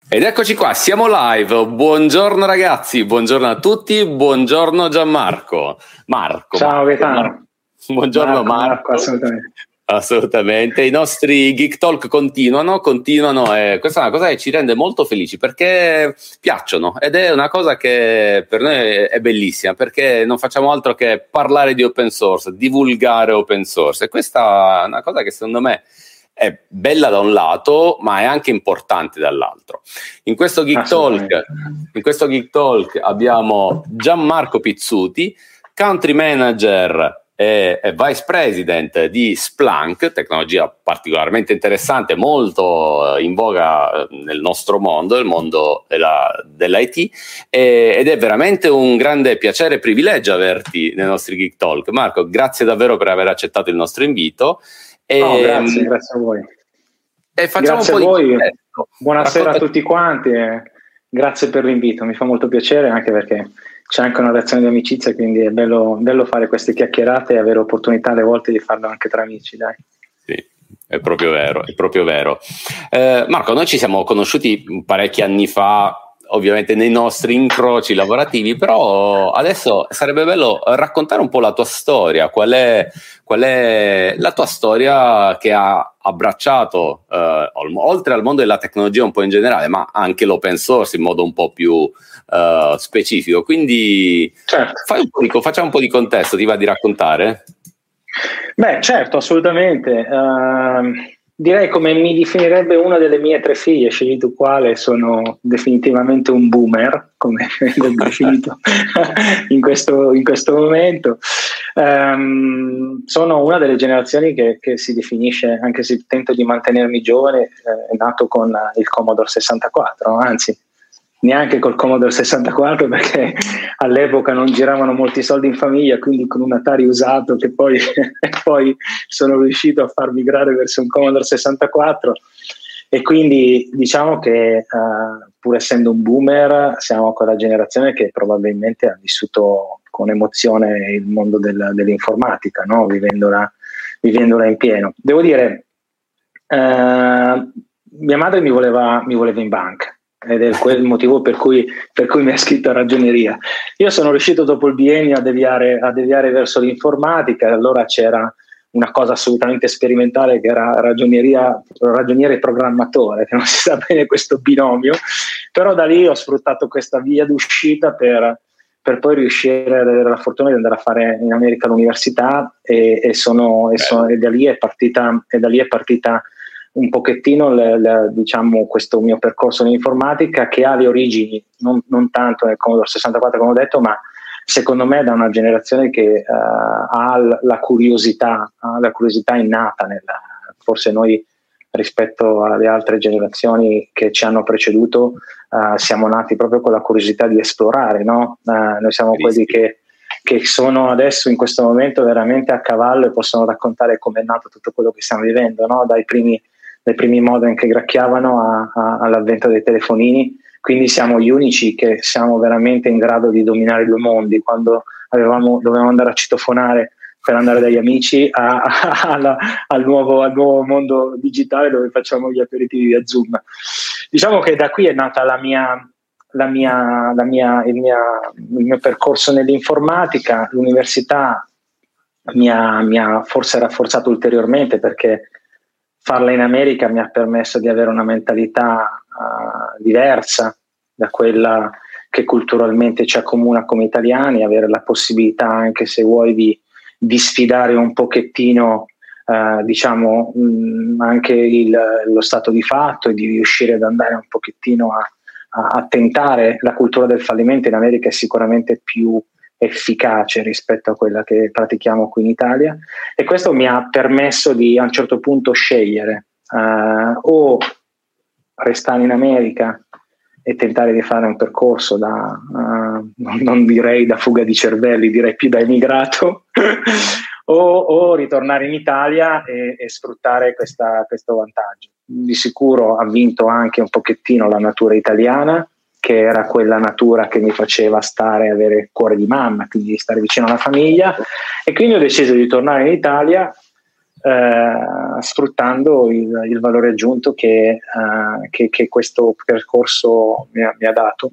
Ed eccoci qua, siamo live. Buongiorno ragazzi, buongiorno a tutti, buongiorno Gianmarco. Ciao Gaetano. Buongiorno Marco. Assolutamente. I nostri Geek Talk continuano e questa è una cosa che ci rende molto felici perché piacciono ed è una cosa che per noi è bellissima perché non facciamo altro che parlare di open source, divulgare open source e questa è una cosa che secondo me è bella da un lato ma è anche importante dall'altro. In questo Geek Talk abbiamo Gianmarco Pizzuti, Country Manager e Vice President di Splunk, tecnologia particolarmente interessante, molto in voga nel nostro mondo, il mondo dell'IT, ed è veramente un grande piacere e privilegio averti nei nostri Geek Talk. Marco, grazie davvero per aver accettato il nostro invito. Grazie a voi. E facciamo grazie un po' a voi. di Buonasera a tutti quanti e grazie per l'invito, mi fa molto piacere anche perché c'è anche una relazione di amicizia, quindi è bello fare queste chiacchierate e avere opportunità alle volte di farlo anche tra amici, dai. Sì, è proprio vero. Marco, noi ci siamo conosciuti parecchi anni fa, ovviamente nei nostri incroci lavorativi, però adesso sarebbe bello raccontare un po' la tua storia, qual è la tua storia che ha abbracciato oltre al mondo della tecnologia un po' in generale, ma anche l'open source in modo un po' più specifico, quindi certo. Facciamo un po' di contesto, ti va di raccontare? Beh, certo, assolutamente. Direi come mi definirebbe una delle mie 3 figlie, scegli tu quale, sono definitivamente un boomer, come vengo definito in questo momento. Sono una delle generazioni che si definisce, anche se tento di mantenermi giovane, è nato con il Commodore 64, anzi neanche col Commodore 64 perché all'epoca non giravano molti soldi in famiglia, quindi con un Atari usato che poi sono riuscito a far migrare verso un Commodore 64 e quindi diciamo che pur essendo un boomer siamo quella generazione che probabilmente ha vissuto con emozione il mondo dell'informatica, no? vivendola in pieno. Devo dire, mia madre mi voleva in banca ed è quel motivo per cui mi ha iscritto a ragioneria. Io sono riuscito dopo il biennio a deviare verso l'informatica, allora c'era una cosa assolutamente sperimentale che era ragioniere programmatore, che non si sa bene questo binomio, però da lì ho sfruttato questa via d'uscita per poi riuscire ad avere la fortuna di andare a fare in America l'università e da lì è partita un pochettino diciamo questo mio percorso in informatica che ha le origini non tanto nel Commodore 64 come ho detto, ma secondo me da una generazione che ha la curiosità innata forse noi rispetto alle altre generazioni che ci hanno preceduto siamo nati proprio con la curiosità di esplorare, no? Noi siamo quelli che sono adesso in questo momento veramente a cavallo e possono raccontare come è nato tutto quello che stiamo vivendo, no? Dai primi modem che gracchiavano all'avvento dei telefonini, quindi siamo gli unici che siamo veramente in grado di dominare 2 mondi, quando dovevamo andare a citofonare per andare dagli amici al nuovo mondo digitale dove facciamo gli aperitivi via Zoom. Diciamo che da qui è nata il mio percorso nell'informatica. L'università mi ha forse rafforzato ulteriormente perché farla in America mi ha permesso di avere una mentalità diversa da quella che culturalmente ci accomuna come italiani, avere la possibilità, anche se vuoi, di sfidare un pochettino diciamo anche lo stato di fatto e di riuscire ad andare un pochettino a tentare. La cultura del fallimento in America è sicuramente più efficace rispetto a quella che pratichiamo qui in Italia e questo mi ha permesso di a un certo punto scegliere o restare in America e tentare di fare un percorso non direi da fuga di cervelli, direi più da emigrato o ritornare in Italia e sfruttare questo vantaggio. Di sicuro ha vinto anche un pochettino la natura italiana, che era quella natura che mi faceva avere il cuore di mamma, quindi stare vicino alla famiglia, e quindi ho deciso di tornare in Italia sfruttando il valore aggiunto che questo percorso mi ha dato.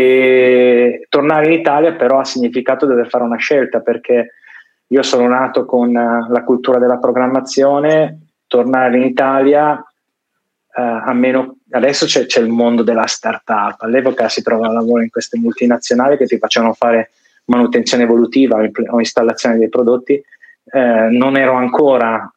E tornare in Italia però ha significato dover fare una scelta, perché io sono nato con la cultura della programmazione. Tornare in Italia, adesso c'è il mondo della startup. All'epoca si trovava lavoro in queste multinazionali che ti facevano fare manutenzione evolutiva o installazione dei prodotti. Non ero ancora,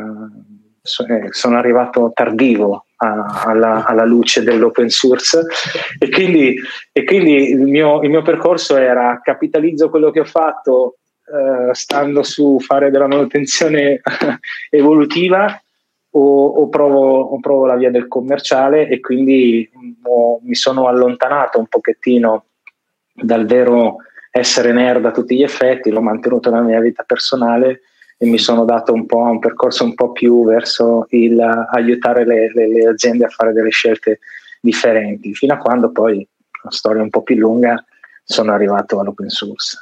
sono arrivato tardivo alla luce dell'open source, e quindi il mio percorso era: capitalizzo quello che ho fatto stando su fare della manutenzione evolutiva, o provo la via del commerciale. E quindi mi sono allontanato un pochettino dal vero essere nerd a tutti gli effetti, l'ho mantenuto nella mia vita personale e mi sono dato un percorso un po' più verso il aiutare le aziende a fare delle scelte differenti, fino a quando poi, una storia un po' più lunga, sono arrivato all'open source.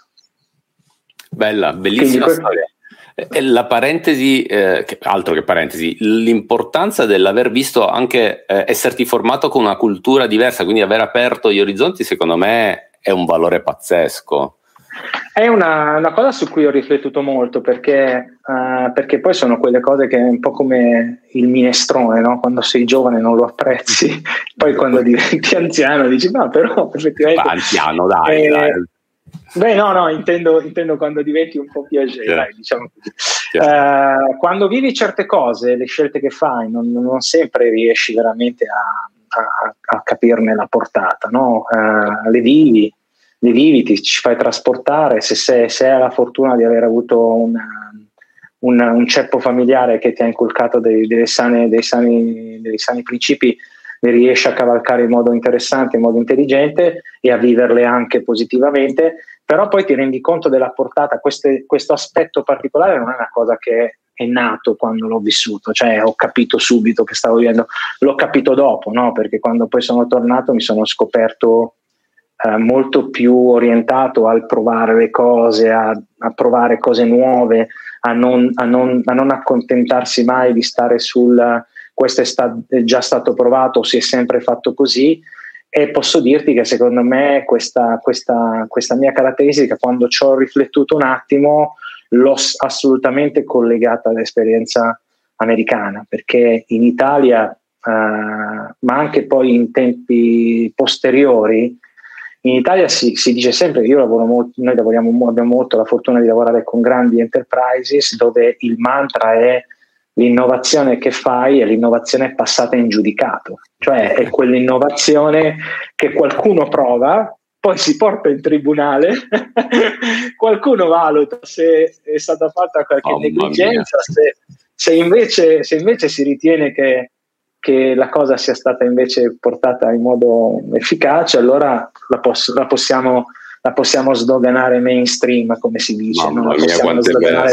Bella, bellissima storia. La parentesi, altro che parentesi, l'importanza dell'aver visto anche esserti formato con una cultura diversa, quindi aver aperto gli orizzonti, secondo me è un valore pazzesco. È una cosa su cui ho riflettuto molto, perché poi sono quelle cose che è un po' come il minestrone, no? Quando sei giovane non lo apprezzi, poi quando diventi anziano dici no, però effettivamente... Ma anziano, dai. Beh, no, intendo quando diventi un po' più age, dai, diciamo così. Quando vivi certe cose, le scelte che fai, non sempre riesci veramente a capirne la portata, no? Le vivi, ci fai trasportare. Se hai la fortuna di aver avuto un ceppo familiare che ti ha inculcato dei sani principi, le riesci a cavalcare in modo interessante, in modo intelligente, e a viverle anche positivamente. Però poi ti rendi conto della portata. Questo aspetto particolare non è una cosa che è nato quando l'ho vissuto, cioè ho capito subito che stavo vivendo, l'ho capito dopo, no? Perché quando poi sono tornato mi sono scoperto molto più orientato al provare le cose, a provare cose nuove, a non accontentarsi mai di stare sul questo è già stato provato, si è sempre fatto così. E posso dirti che secondo me questa mia caratteristica, quando ci ho riflettuto un attimo, l'ho assolutamente collegata all'esperienza americana, perché in Italia, ma anche poi in tempi posteriori, in Italia si dice sempre, noi abbiamo molto la fortuna di lavorare con grandi enterprises, dove il mantra è: l'innovazione che fai è l'innovazione passata in giudicato, cioè è quell'innovazione che qualcuno prova, poi si porta in tribunale, qualcuno valuta se è stata fatta qualche negligenza, se invece si ritiene che la cosa sia stata invece portata in modo efficace, allora la possiamo sdoganare mainstream, come si dice. Mamma mia, quanto è bello.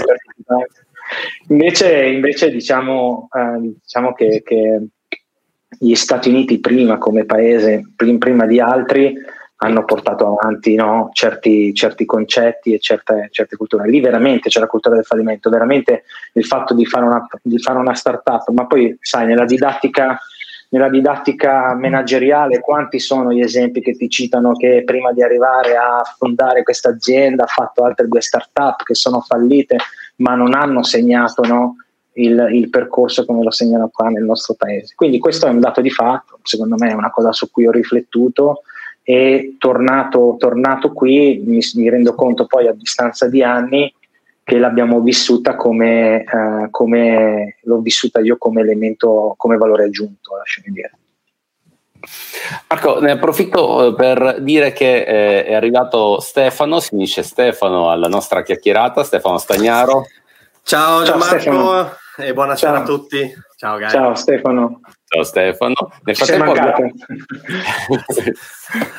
Invece diciamo che gli Stati Uniti prima, come paese, prima di altri, hanno portato avanti, no, certi concetti e certe culture. Lì veramente c'è la cultura del fallimento, veramente il fatto di fare una startup. Ma poi sai, nella didattica manageriale, quanti sono gli esempi che ti citano che prima di arrivare a fondare questa azienda ha fatto altre 2 startup che sono fallite, ma non hanno segnato, no, il percorso come lo segnano qua nel nostro paese. Quindi questo è un dato di fatto, secondo me è una cosa su cui ho riflettuto, e tornato qui mi rendo conto poi a distanza di anni che l'abbiamo vissuta come l'ho vissuta io come elemento, come valore aggiunto, lasciami dire. Marco, ne approfitto per dire che è arrivato Stefano, si unisce Stefano alla nostra chiacchierata, Stefano Stagnaro. Ciao Gianmarco, Stefano. E buonasera a tutti. Ciao Gaia. Ciao Stefano. Ciao Stefano. Nel frattempo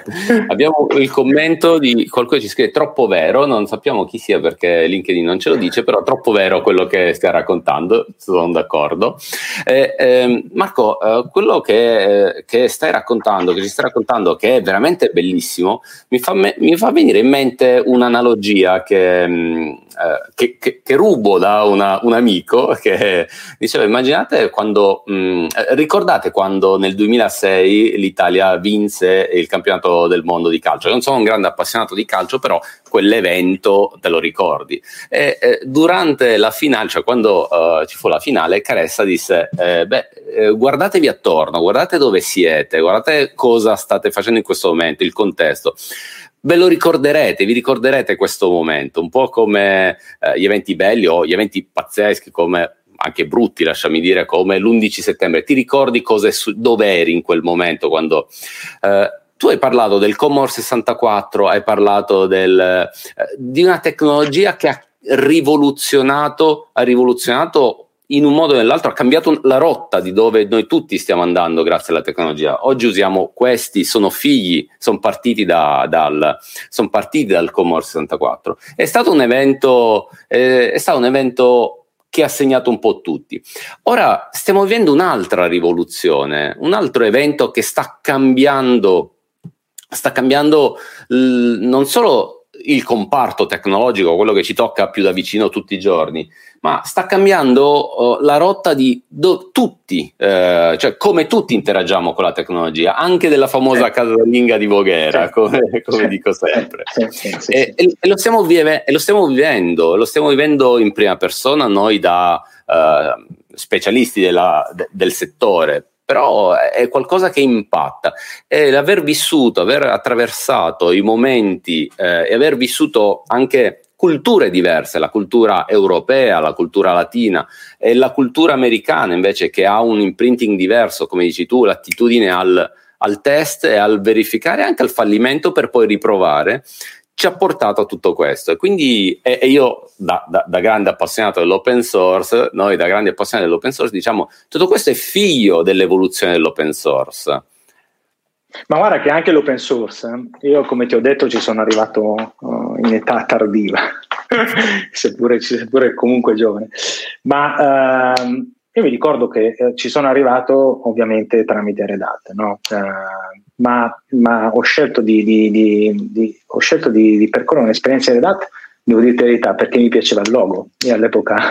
Abbiamo il commento di qualcuno che ci scrive troppo vero, non sappiamo chi sia perché LinkedIn non ce lo dice, però troppo vero quello che stai raccontando, sono d'accordo. Marco, quello che stai raccontando, che ci stai raccontando, che è veramente bellissimo, mi fa venire in mente un'analogia che rubo da un amico che diceva: immaginate quando ricordate quando nel 2006 l'Italia vinse il campionato del mondo di calcio. Non sono un grande appassionato di calcio, però quell'evento te lo ricordi. Durante la finale, cioè quando ci fu la finale, Caressa disse guardatevi attorno, guardate dove siete, guardate cosa state facendo in questo momento, il contesto. Ve lo ricorderete, vi ricorderete questo momento, un po' come gli eventi belli o gli eventi pazzeschi, come anche brutti, lasciami dire, come l'11 settembre. Ti ricordi dove eri in quel momento quando tu hai parlato del Commodore 64, hai parlato di una tecnologia che ha rivoluzionato in un modo o nell'altro, ha cambiato la rotta di dove noi tutti stiamo andando grazie alla tecnologia. Oggi usiamo questi, sono partiti dal Commodore 64. È stato un evento che ha segnato un po' tutti. Ora stiamo vivendo un'altra rivoluzione, un altro evento che sta cambiando non solo il comparto tecnologico, quello che ci tocca più da vicino tutti i giorni, ma sta cambiando la rotta di tutti, cioè come tutti interagiamo con la tecnologia, anche della famosa casalinga di Voghera, come dico sempre. E lo stiamo vivendo in prima persona noi da specialisti del settore. Però è qualcosa che impatta, e l'aver vissuto, aver attraversato i momenti e aver vissuto anche culture diverse, la cultura europea, la cultura latina e la cultura americana invece, che ha un imprinting diverso, come dici tu, l'attitudine al test e al verificare, anche al fallimento per poi riprovare, ci ha portato a tutto questo. E quindi io da grande appassionato dell'open source, noi da grandi appassionati dell'open source, diciamo, tutto questo è figlio dell'evoluzione dell'open source. Ma guarda che anche l'open source, io come ti ho detto ci sono arrivato in età tardiva, seppure comunque giovane, ma io mi ricordo che ci sono arrivato ovviamente tramite Red Hat, no? Ma ho scelto di percorrere un'esperienza in Red Hat, devo dirti la verità, perché mi piaceva il logo. Io all'epoca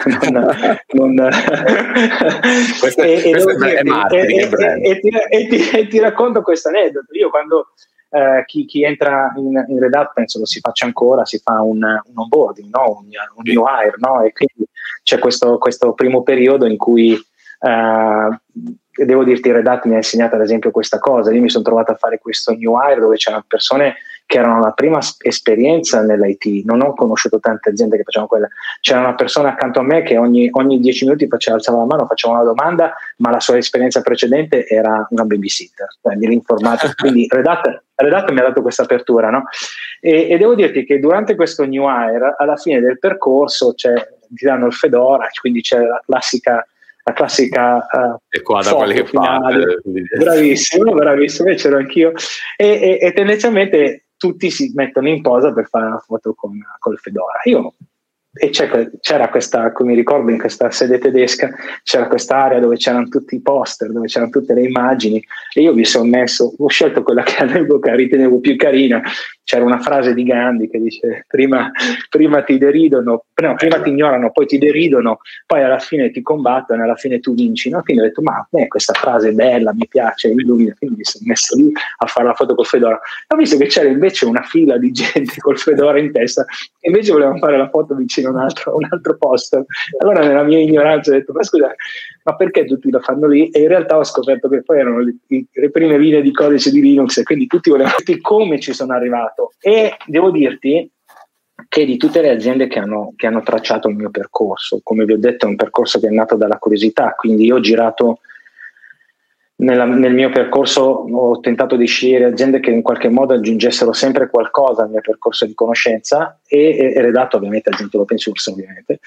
e ti racconto questo aneddoto. Io quando chi entra in Red Hat, penso lo si faccia ancora, si fa un onboarding, no? un new hire, no? E quindi c'è questo primo periodo in cui devo dirti, Red Hat mi ha insegnato ad esempio questa cosa. Io mi sono trovato a fare questo new hire dove c'erano persone che erano la prima esperienza nell'IT, non ho conosciuto tante aziende che facevano quella. C'era una persona accanto a me che ogni 10 minuti alzava la mano, faceva una domanda, ma la sua esperienza precedente era una babysitter, quindi l'informatica. Quindi Red Hat mi ha dato questa apertura, no? E devo dirti che durante questo new hire, alla fine del percorso ti danno il Fedora, quindi c'è la classica e qua da quelle che finale. Bravissimo, c'ero anch'io, e tendenzialmente tutti si mettono in posa per fare la foto col Fedora. C'era questa, come mi ricordo, in questa sede tedesca c'era quest'area dove c'erano tutti i poster, dove c'erano tutte le immagini, e io ho scelto quella che all'epoca ritenevo più carina. C'era una frase di Gandhi che dice: prima ti deridono, prima ti ignorano, poi ti deridono, poi alla fine ti combattono e alla fine tu vinci, no? Quindi ho detto: ma questa frase è bella, mi piace, illumina. Quindi mi sono messo lì a fare la foto col Fedora. Ho visto che c'era invece una fila di gente col Fedora in testa, e invece volevano fare la foto vicino a un altro poster. Allora, nella mia ignoranza, ho detto: ma scusa, ma perché tutti la fanno lì? E in realtà ho scoperto che poi erano le prime linee di codice di Linux, e quindi tutti volevano sapere come ci sono arrivato. E devo dirti che di tutte le aziende che hanno tracciato il mio percorso, come vi ho detto, è un percorso che è nato dalla curiosità. Quindi io ho girato nel mio percorso ho tentato di scegliere aziende che in qualche modo aggiungessero sempre qualcosa al mio percorso di conoscenza e redatto ovviamente aziende open source ovviamente,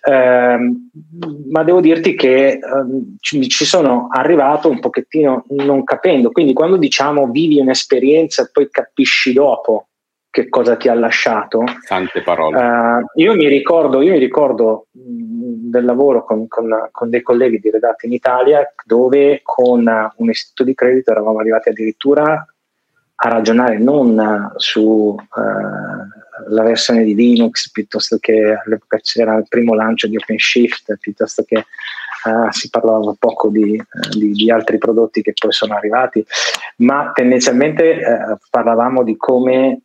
ma devo dirti che ci sono arrivato un pochettino non capendo, quindi quando diciamo vivi un'esperienza e poi capisci dopo che cosa ti ha lasciato. Tante parole. Io mi ricordo del lavoro con dei colleghi di Red Hat in Italia, dove con un istituto di credito eravamo arrivati addirittura a ragionare non su la versione di Linux, piuttosto che all'epoca c'era il primo lancio di OpenShift, piuttosto che si parlava poco di altri prodotti che poi sono arrivati, ma tendenzialmente parlavamo di come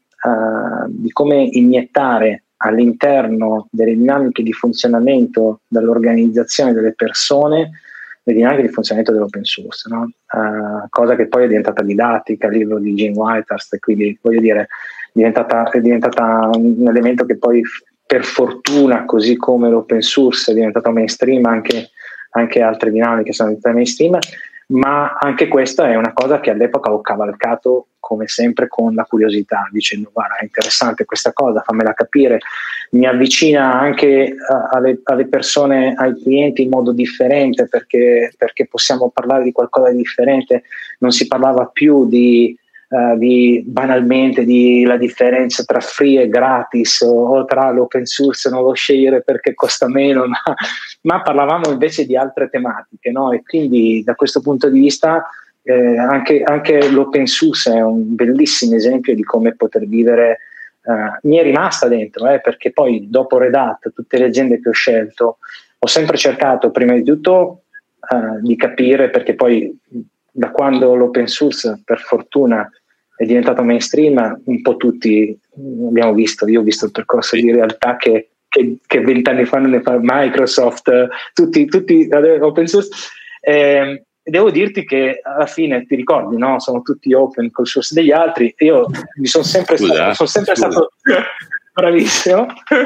iniettare all'interno delle dinamiche di funzionamento dell'organizzazione delle persone le dinamiche di funzionamento dell'open source, no? Cosa che poi è diventata didattica a livello di Gene Whitehurst, e quindi voglio dire è diventata un elemento che poi per fortuna, così come l'open source è diventato mainstream, anche altre dinamiche sono diventate mainstream, ma anche questa è una cosa che all'epoca ho cavalcato come sempre con la curiosità, dicendo guarda è interessante questa cosa, fammela capire, mi avvicina anche alle persone, ai clienti in modo differente, perché possiamo parlare di qualcosa di differente, non si parlava più di banalmente di la differenza tra free e gratis o tra l'open source e non lo scegliere perché costa meno, ma parlavamo invece di altre tematiche, no? E quindi da questo punto di vista anche l'open source è un bellissimo esempio di come poter vivere. Mi è rimasta dentro, perché poi dopo Red Hat, tutte le aziende che ho scelto, ho sempre cercato prima di tutto di capire, perché poi da quando l'open source per fortuna è diventato mainstream, un po' tutti abbiamo visto, io ho visto il percorso di realtà che 20 anni fa non ne fa Microsoft, tutti open source. Devo dirti che alla fine ti ricordi, no? Sono tutti open col source degli altri. Io mi sono sempre stato bravissimo,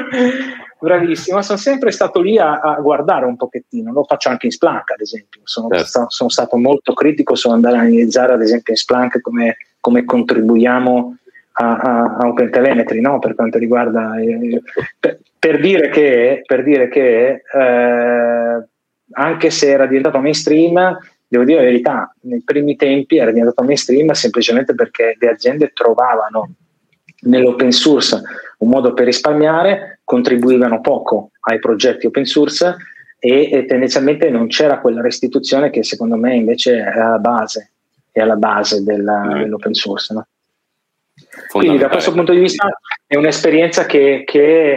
sono sempre stato lì a guardare un pochettino. Lo faccio anche in Splunk, ad esempio. Sono stato molto critico su andare a analizzare, ad esempio, in Splunk come contribuiamo a OpenTelemetry, no? Per quanto riguarda per dire che anche se era diventato mainstream, devo dire la verità, nei primi tempi era diventato mainstream semplicemente perché le aziende trovavano nell'open source un modo per risparmiare, contribuivano poco ai progetti open source e tendenzialmente non c'era quella restituzione che secondo me invece è alla base dell'open source, no? Quindi da questo punto di vista è un'esperienza che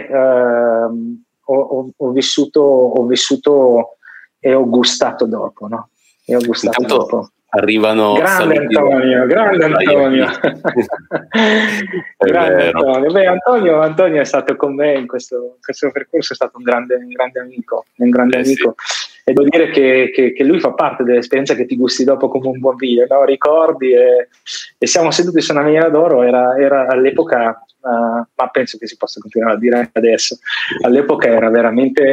ho vissuto e ho gustato dopo, no? Intanto arrivano grande Antonio. Grande Antonio. Beh, Antonio è stato con me in questo percorso, è stato un grande amico, amico. E devo dire che lui fa parte dell'esperienza che ti gusti dopo come un buon vino, no? Ricordi e siamo seduti su una miniera d'oro, era all'epoca, ma penso che si possa continuare a dire anche adesso, all'epoca era veramente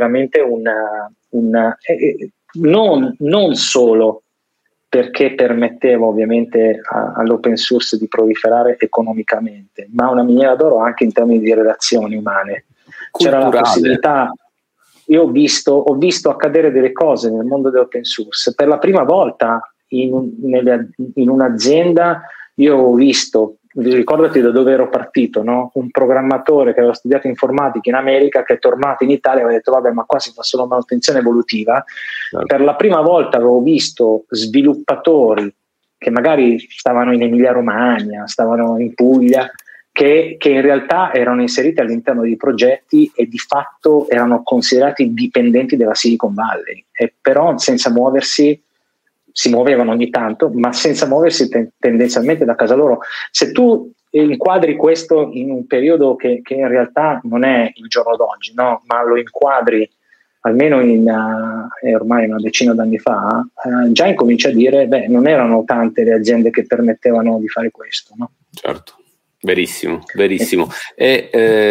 non solo perché permetteva ovviamente all'open source di proliferare economicamente, ma una miniera d'oro anche in termini di relazioni umane. C'era la possibilità. Io ho visto accadere delle cose nel mondo dell'open source. Per la prima volta in un'azienda io ho visto, ricordati da dove ero partito, no? Un programmatore che aveva studiato informatica in America, che è tornato in Italia e aveva detto vabbè, ma qua si fa solo manutenzione evolutiva. Certo. Per la prima volta avevo visto sviluppatori che magari stavano in Emilia Romagna, stavano in Puglia, che in realtà erano inseriti all'interno di progetti e di fatto erano considerati dipendenti della Silicon Valley, e però senza muoversi, si muovevano ogni tanto, ma senza muoversi tendenzialmente da casa loro. Se tu inquadri questo in un periodo che in realtà non è il giorno d'oggi, no? Ma lo inquadri almeno ormai una decina d'anni fa, già incomincia a dire non erano tante le aziende che permettevano di fare questo, no? Certo. Verissimo. E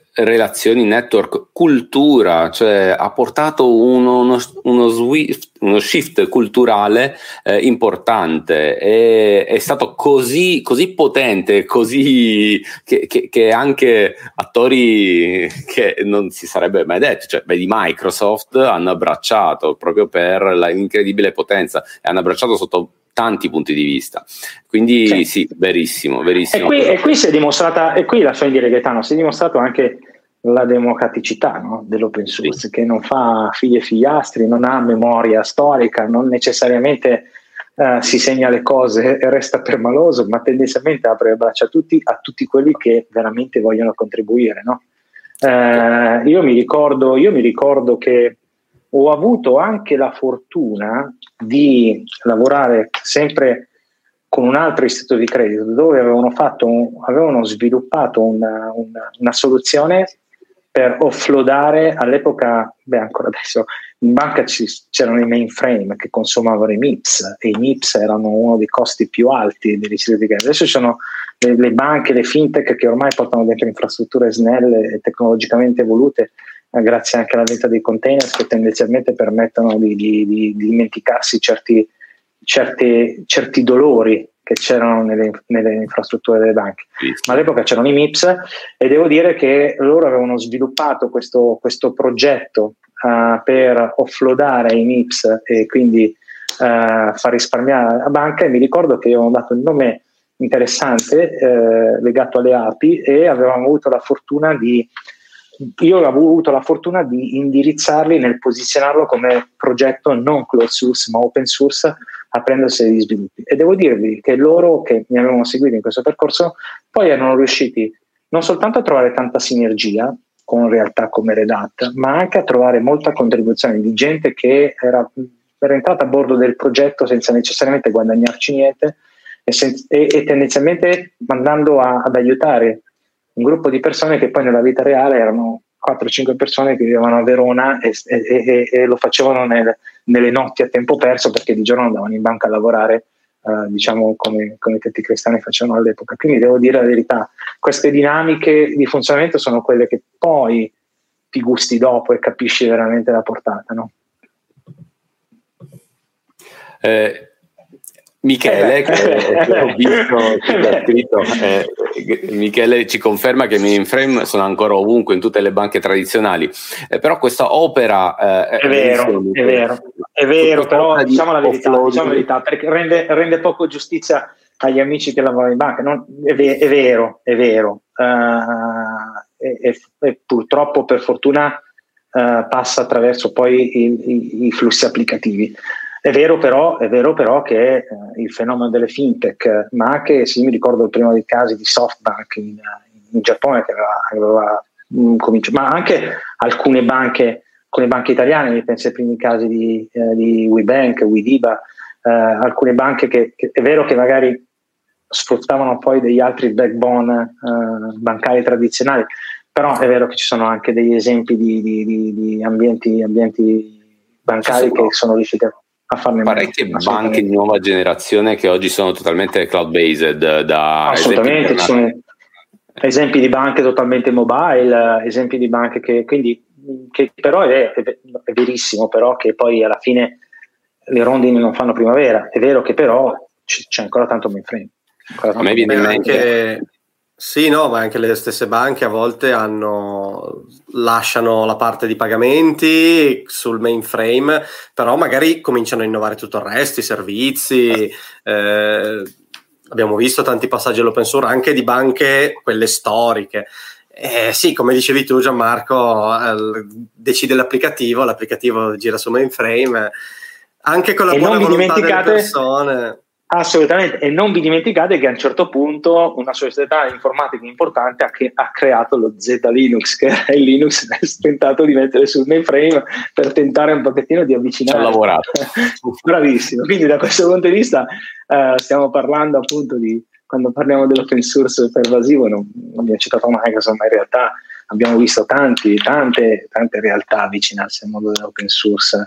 relazioni, network, cultura, cioè ha portato uno shift culturale importante, è stato così potente, così che anche attori che non si sarebbe mai detto, cioè di Microsoft hanno abbracciato proprio per l'incredibile potenza, e hanno abbracciato sotto tanti punti di vista, quindi sì, verissimo. E qui si è dimostrata, e qui lasciami dire, Gaetano, si è dimostrato anche la democraticità, no, dell'open source, che non fa figli e figliastri, non ha memoria storica, non necessariamente si segna le cose e resta permaloso, ma tendenzialmente apre le braccia a tutti quelli che veramente vogliono contribuire, no? Io mi ricordo che ho avuto anche la fortuna di lavorare sempre con un altro istituto di credito, dove avevano sviluppato una soluzione per offloadare all'epoca, ancora adesso, in banca c'erano i mainframe che consumavano i MIPS, e i MIPS erano uno dei costi più alti degli istituti di credito. Adesso ci sono le banche, le fintech che ormai portano dentro infrastrutture snelle e tecnologicamente evolute, grazie anche alla vendita dei container, che tendenzialmente permettono di dimenticarsi certi dolori che c'erano nelle infrastrutture delle banche. Ma all'epoca c'erano i MIPS, e devo dire che loro avevano sviluppato questo progetto per offloadare i MIPS e quindi far risparmiare la banca, e mi ricordo che avevano dato il nome interessante legato alle API, e avevamo avuto la fortuna io avevo avuto la fortuna di indirizzarli nel posizionarlo come progetto non closed source ma open source, aprendosi degli sviluppi. E devo dirvi che loro che mi avevano seguito in questo percorso poi erano riusciti non soltanto a trovare tanta sinergia con realtà come Red Hat, ma anche a trovare molta contribuzione di gente che era entrata a bordo del progetto senza necessariamente guadagnarci niente, e tendenzialmente andando ad aiutare un gruppo di persone che poi nella vita reale erano 4-5 persone che vivevano a Verona e lo facevano nelle notti a tempo perso, perché di giorno andavano in banca a lavorare, diciamo come i tetti cristiani facevano all'epoca. Quindi devo dire la verità, queste dinamiche di funzionamento sono quelle che poi ti gusti dopo e capisci veramente la portata, no? Michele, che ho visto che ha scritto, Michele ci conferma che i mainframe sono ancora ovunque in tutte le banche tradizionali, però questa opera è vero, però diciamo la verità, perché rende poco giustizia agli amici che lavorano in banca. È vero, e purtroppo, per fortuna, passa attraverso poi i flussi applicativi. È vero però che il fenomeno delle fintech, ma anche, sì, mi ricordo prima dei casi di SoftBank in Giappone che aveva cominciato, ma anche alcune banche italiane, mi penso ai primi casi di WeBank, WeDiba, alcune banche che è vero che magari sfruttavano poi degli altri backbone bancari tradizionali, però è vero che ci sono anche degli esempi di ambienti bancari che sono riusciti a farne parecchie banche di nuova generazione che oggi sono totalmente cloud based. Assolutamente, ci sono esempi di banche totalmente mobile, esempi di banche che però è verissimo, però che poi alla fine le rondini non fanno primavera. È vero che però c'è ancora tanto mainframe. A me viene in mente sì, no, ma anche le stesse banche a volte lasciano la parte di pagamenti sul mainframe, però magari cominciano a innovare tutto il resto, i servizi. Abbiamo visto tanti passaggi all'open source anche di banche, quelle storiche. Sì, come dicevi tu, Gianmarco, decide l'applicativo gira su mainframe, anche con la buona volontà delle persone. Assolutamente, e non vi dimenticate che a un certo punto una società informatica importante ha creato lo Z-Linux, che è il Linux che ha tentato di mettere sul mainframe per tentare un pochettino di avvicinare. Ci ho lavorato. Bravissimo, quindi da questo punto di vista stiamo parlando appunto di, quando parliamo dell'open source pervasivo, non abbiamo citato Microsoft, ma in realtà abbiamo visto tante realtà avvicinarsi al mondo dell'open source.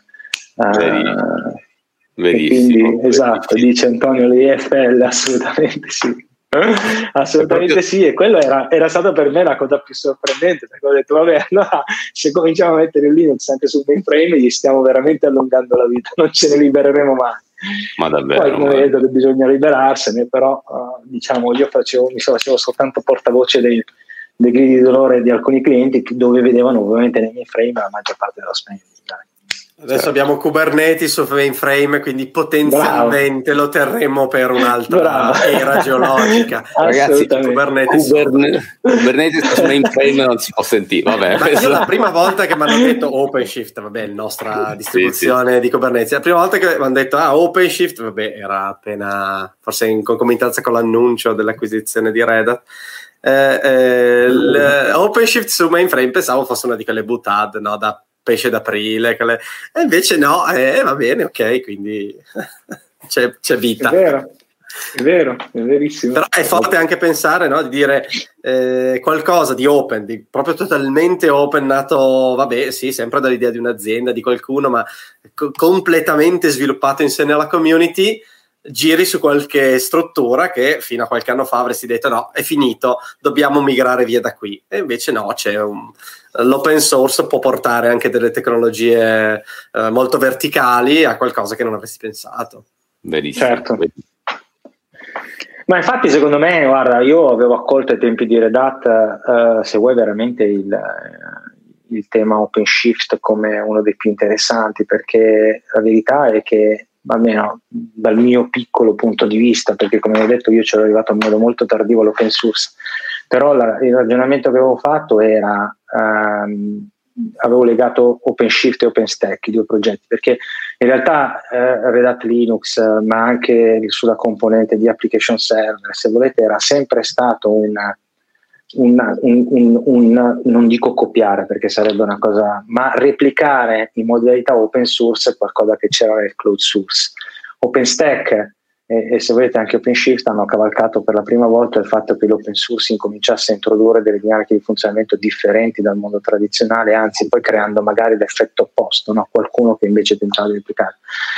Verissimo, quindi esatto, dice Antonio, l'IFL assolutamente sì. Assolutamente sì, e quello era stato per me la cosa più sorprendente, perché ho detto vabbè, allora se cominciamo a mettere il Linux anche sul mainframe gli stiamo veramente allungando la vita, non ce ne libereremo mai. Ma davvero, poi come vedo che bisogna liberarsene, però diciamo io mi facevo soltanto portavoce dei gridi di dolore di alcuni clienti dove vedevano ovviamente nei mainframe la maggior parte dello spending. Adesso abbiamo Kubernetes su mainframe, quindi potenzialmente lo terremo per un'altra era geologica. Ragazzi, Kubernetes su mainframe non si può sentire. Vabbè, io la prima volta che mi hanno detto OpenShift, vabbè, la nostra distribuzione di Kubernetes, la prima volta che mi hanno detto OpenShift, vabbè, era appena forse in concomitanza con l'annuncio dell'acquisizione di Red Hat. OpenShift su mainframe pensavo fosse una di quelle buttate, no, da pesce d'aprile, e invece no, va bene, ok, quindi c'è vita. È vero, è verissimo. Però è forte anche pensare, no, di dire qualcosa di open, di proprio totalmente open, nato, vabbè, sì, sempre dall'idea di un'azienda, di qualcuno, ma completamente sviluppato insieme alla community, giri su qualche struttura che fino a qualche anno fa avresti detto no, è finito, dobbiamo migrare via da qui, e invece no, l'open source può portare anche delle tecnologie molto verticali a qualcosa che non avresti pensato. Verissimo. Certo. Ma infatti secondo me, guarda, io avevo accolto ai tempi di Red Hat, se vuoi veramente il tema OpenShift come uno dei più interessanti, perché la verità è che almeno dal mio piccolo punto di vista, perché come ho detto io ci ero arrivato in modo molto tardivo all'open source, però il ragionamento che avevo fatto era avevo legato OpenShift e OpenStack, i due progetti, perché in realtà Red Hat Linux, ma anche sulla componente di application server, se volete, era sempre stato non dico copiare perché sarebbe una cosa, ma replicare in modalità open source qualcosa che c'era nel cloud source. OpenStack e se volete anche OpenShift hanno cavalcato per la prima volta il fatto che l'open source incominciasse a introdurre delle dinamiche di funzionamento differenti dal mondo tradizionale, anzi poi creando magari l'effetto opposto, no? Qualcuno che invece tentava di replicare.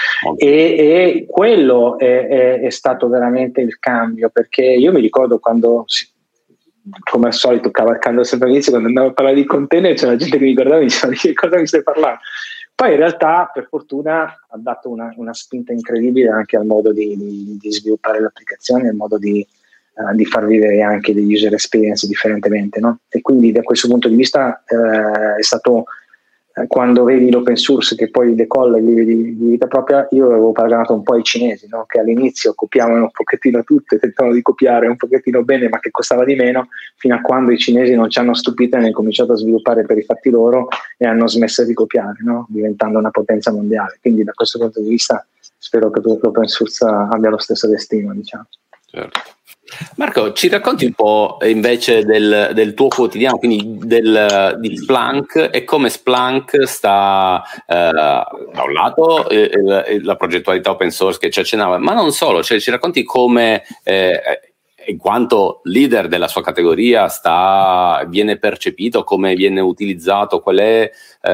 E quello è stato veramente il cambio, perché io mi ricordo quando come al solito, cavalcando sempre all'inizio, quando andavo a parlare di container c'era gente che mi guardava e mi diceva di che cosa mi stai parlando. Poi in realtà per fortuna ha dato una spinta incredibile anche al modo di sviluppare le applicazioni, al modo di far vivere anche degli user experience differentemente, no? E quindi da questo punto di vista è stato, quando vedi l'open source che poi decolla e vive di vita propria, io avevo paragonato un po' ai cinesi, no? Che all'inizio copiavano un pochettino tutto e tentavano di copiare un pochettino bene ma che costava di meno, fino a quando i cinesi non ci hanno stupito e hanno cominciato a sviluppare per i fatti loro e hanno smesso di copiare, no? Diventando una potenza mondiale. Quindi da questo punto di vista spero che l'open source abbia lo stesso destino, diciamo. Certo. Marco, ci racconti un po' invece del tuo quotidiano, quindi di Splunk, e come Splunk sta da un lato la progettualità open source che ci accennava, ma non solo, cioè ci racconti come in quanto leader della sua categoria viene percepito, come viene utilizzato, qual è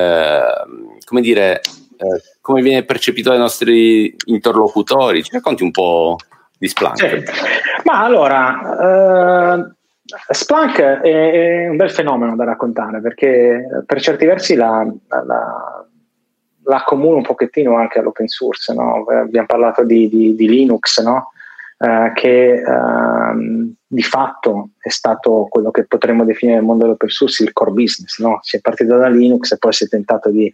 come viene percepito dai nostri interlocutori. Ci racconti un po' di Splunk? Sì. Ma allora Splunk è un bel fenomeno da raccontare, perché per certi versi la accomuna un pochettino anche all'open source, no? Abbiamo parlato di Linux, no? Che di fatto è stato quello che potremmo definire nel mondo dell'open source il core business, no? Si è partito da Linux e poi si è tentato di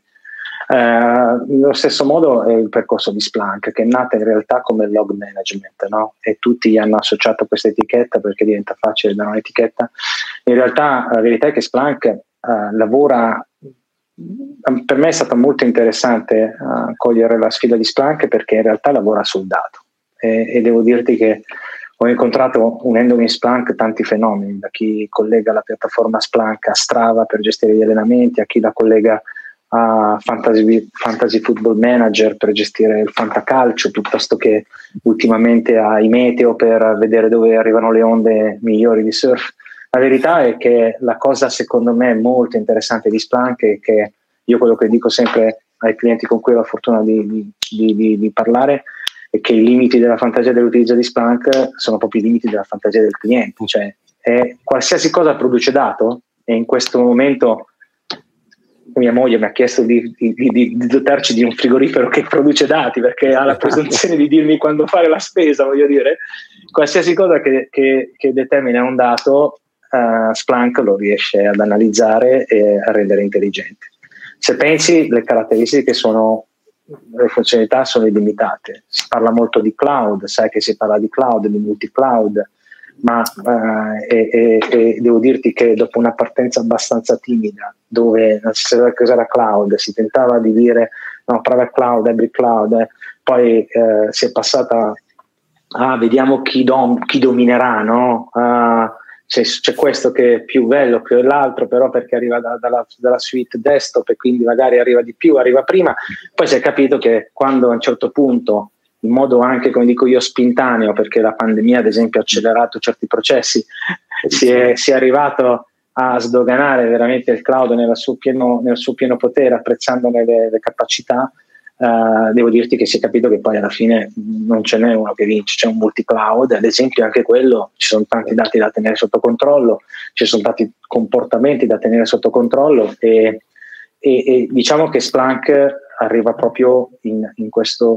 nello stesso modo è il percorso di Splunk, che è nata in realtà come log management, no? E tutti gli hanno associato questa etichetta perché diventa facile dare un'etichetta. In realtà la verità è che Splunk lavora, per me è stato molto interessante cogliere la sfida di Splunk, perché in realtà lavora sul dato e devo dirti che ho incontrato, unendomi in Splunk, tanti fenomeni, da chi collega la piattaforma Splunk a Strava per gestire gli allenamenti, a chi la collega a Fantasy Football Manager per gestire il fantacalcio, piuttosto che ultimamente ai meteo per vedere dove arrivano le onde migliori di surf. La verità è che la cosa secondo me molto interessante di Splunk è che io quello che dico sempre ai clienti con cui ho la fortuna di parlare è che i limiti della fantasia dell'utilizzo di Splunk sono proprio i limiti della fantasia del cliente, cioè qualsiasi cosa produce dato, e in questo momento mia moglie mi ha chiesto di dotarci di un frigorifero che produce dati, perché ha la presunzione di dirmi quando fare la spesa, voglio dire, qualsiasi cosa che determina un dato, Splunk lo riesce ad analizzare e a rendere intelligente. Se pensi, le caratteristiche le funzionalità sono illimitate. Si parla molto di cloud, sai che si parla di cloud, di multi-cloud, ma devo dirti che dopo una partenza abbastanza timida, dove non si sapeva cos'era cloud, si tentava di dire no, private cloud, hybrid cloud, poi si è passata a vediamo chi dominerà, no? C'è questo che è più bello che l'altro, però perché arriva dalla suite desktop e quindi magari arriva di più, arriva prima. Poi si è capito che quando a un certo punto, in modo anche, come dico io, spintaneo, perché la pandemia ad esempio ha accelerato certi processi, si è arrivato a sdoganare veramente il cloud nel suo pieno potere, apprezzandone le capacità. Devo dirti che si è capito che poi alla fine non ce n'è uno che vince, c'è un multi-cloud, ad esempio anche quello, ci sono tanti dati da tenere sotto controllo, ci sono tanti comportamenti da tenere sotto controllo e diciamo che Splunk arriva proprio su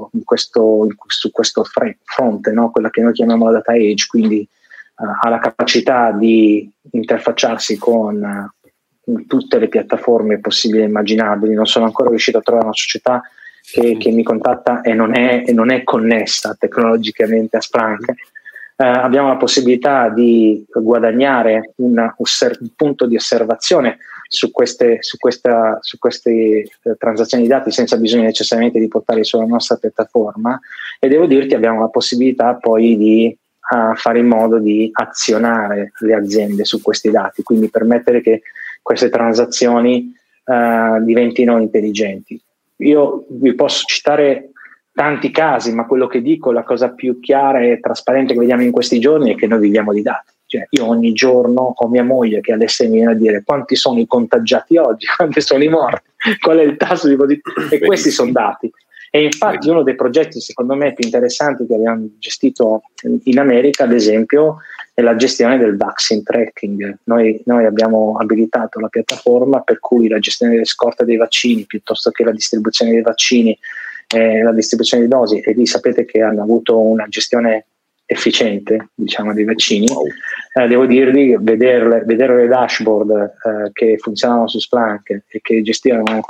questo fronte, no? Quella che noi chiamiamo la data age, quindi ha la capacità di interfacciarsi con tutte le piattaforme possibili e immaginabili. Non sono ancora riuscito a trovare una società che mi contatta e non è connessa tecnologicamente a Splunk. Abbiamo la possibilità di guadagnare un punto di osservazione su queste transazioni di dati senza bisogno necessariamente di portarli sulla nostra piattaforma, e devo dirti abbiamo la possibilità poi di fare in modo di azionare le aziende su questi dati, quindi permettere che queste transazioni diventino intelligenti. Io vi posso citare tanti casi, ma quello che dico, la cosa più chiara e trasparente che vediamo in questi giorni è che noi viviamo di dati. Cioè, io ogni giorno ho mia moglie che adesso mi viene a dire quanti sono i contagiati oggi, quanti sono i morti, qual è il tasso di positività, e questi sono dati. E infatti uno dei progetti secondo me più interessanti che abbiamo gestito in America, ad esempio, è la gestione del vaccine tracking. Noi abbiamo abilitato la piattaforma per cui la gestione delle scorte dei vaccini piuttosto che la distribuzione dei vaccini, la distribuzione di dosi, e lì sapete che hanno avuto una gestione efficiente, diciamo, dei vaccini. Devo dirvi, vedere le dashboard che funzionavano su Splunk e che gestivano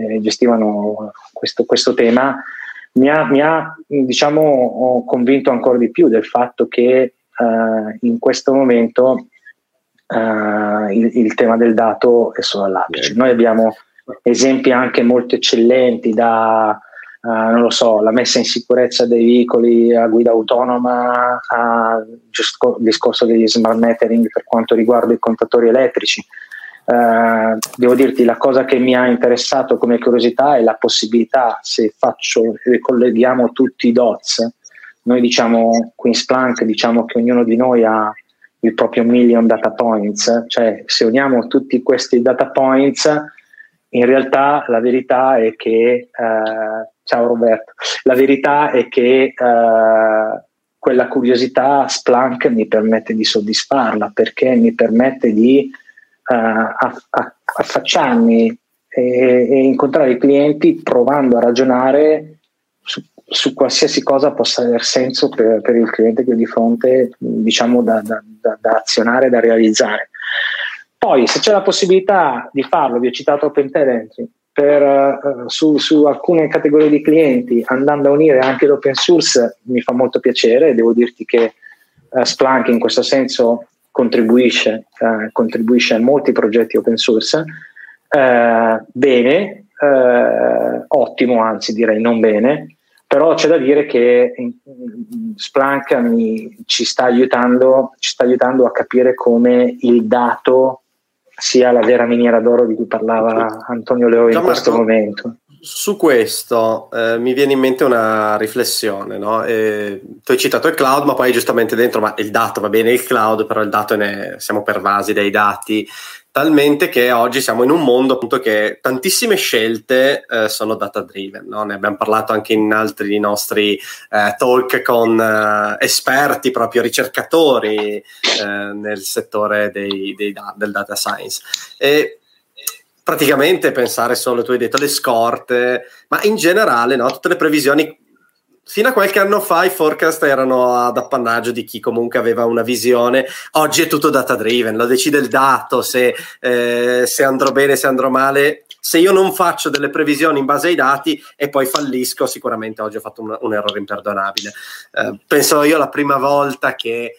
questo tema mi ha diciamo convinto ancora di più del fatto che in questo momento il tema del dato è solo all'apice. Noi abbiamo esempi anche molto eccellenti non lo so, la messa in sicurezza dei veicoli a guida autonoma, al discorso degli smart metering per quanto riguarda i contatori elettrici. Devo dirti, la cosa che mi ha interessato come curiosità è la possibilità, se colleghiamo tutti i dots, noi diciamo qui in Splunk diciamo che ognuno di noi ha il proprio million data points, cioè se uniamo tutti questi data points, in realtà la verità è che ciao Roberto, la verità è che quella curiosità Splunk mi permette di soddisfarla, perché mi permette di affacciarmi e incontrare i clienti provando a ragionare su qualsiasi cosa possa aver senso per il cliente che ho di fronte, diciamo da azionare, da realizzare. Poi se c'è la possibilità di farlo, vi ho citato Open Telemetry, su alcune categorie di clienti, andando a unire anche l'open source, mi fa molto piacere. Devo dirti che Splunk in questo senso contribuisce a molti progetti open source, bene, ottimo, anzi direi non bene, però c'è da dire che Splunk ci sta aiutando a capire come il dato sia la vera miniera d'oro di cui parlava Antonio Leo in questo momento. Su questo mi viene in mente una riflessione, no? Tu hai citato il cloud, ma poi giustamente dentro, ma il dato va bene il cloud, però il dato siamo pervasi dai dati, talmente che oggi siamo in un mondo appunto che tantissime scelte sono data driven, no? Ne abbiamo parlato anche in altri nostri talk con esperti, proprio ricercatori nel settore del data science. E praticamente pensare solo, tu hai detto, le scorte, ma in generale, no, tutte le previsioni. Fino a qualche anno fa i forecast erano ad appannaggio di chi comunque aveva una visione. Oggi è tutto data driven, lo decide il dato, se andrò bene, se andrò male. Se io non faccio delle previsioni in base ai dati e poi fallisco, sicuramente oggi ho fatto un errore imperdonabile. Penso io la prima volta che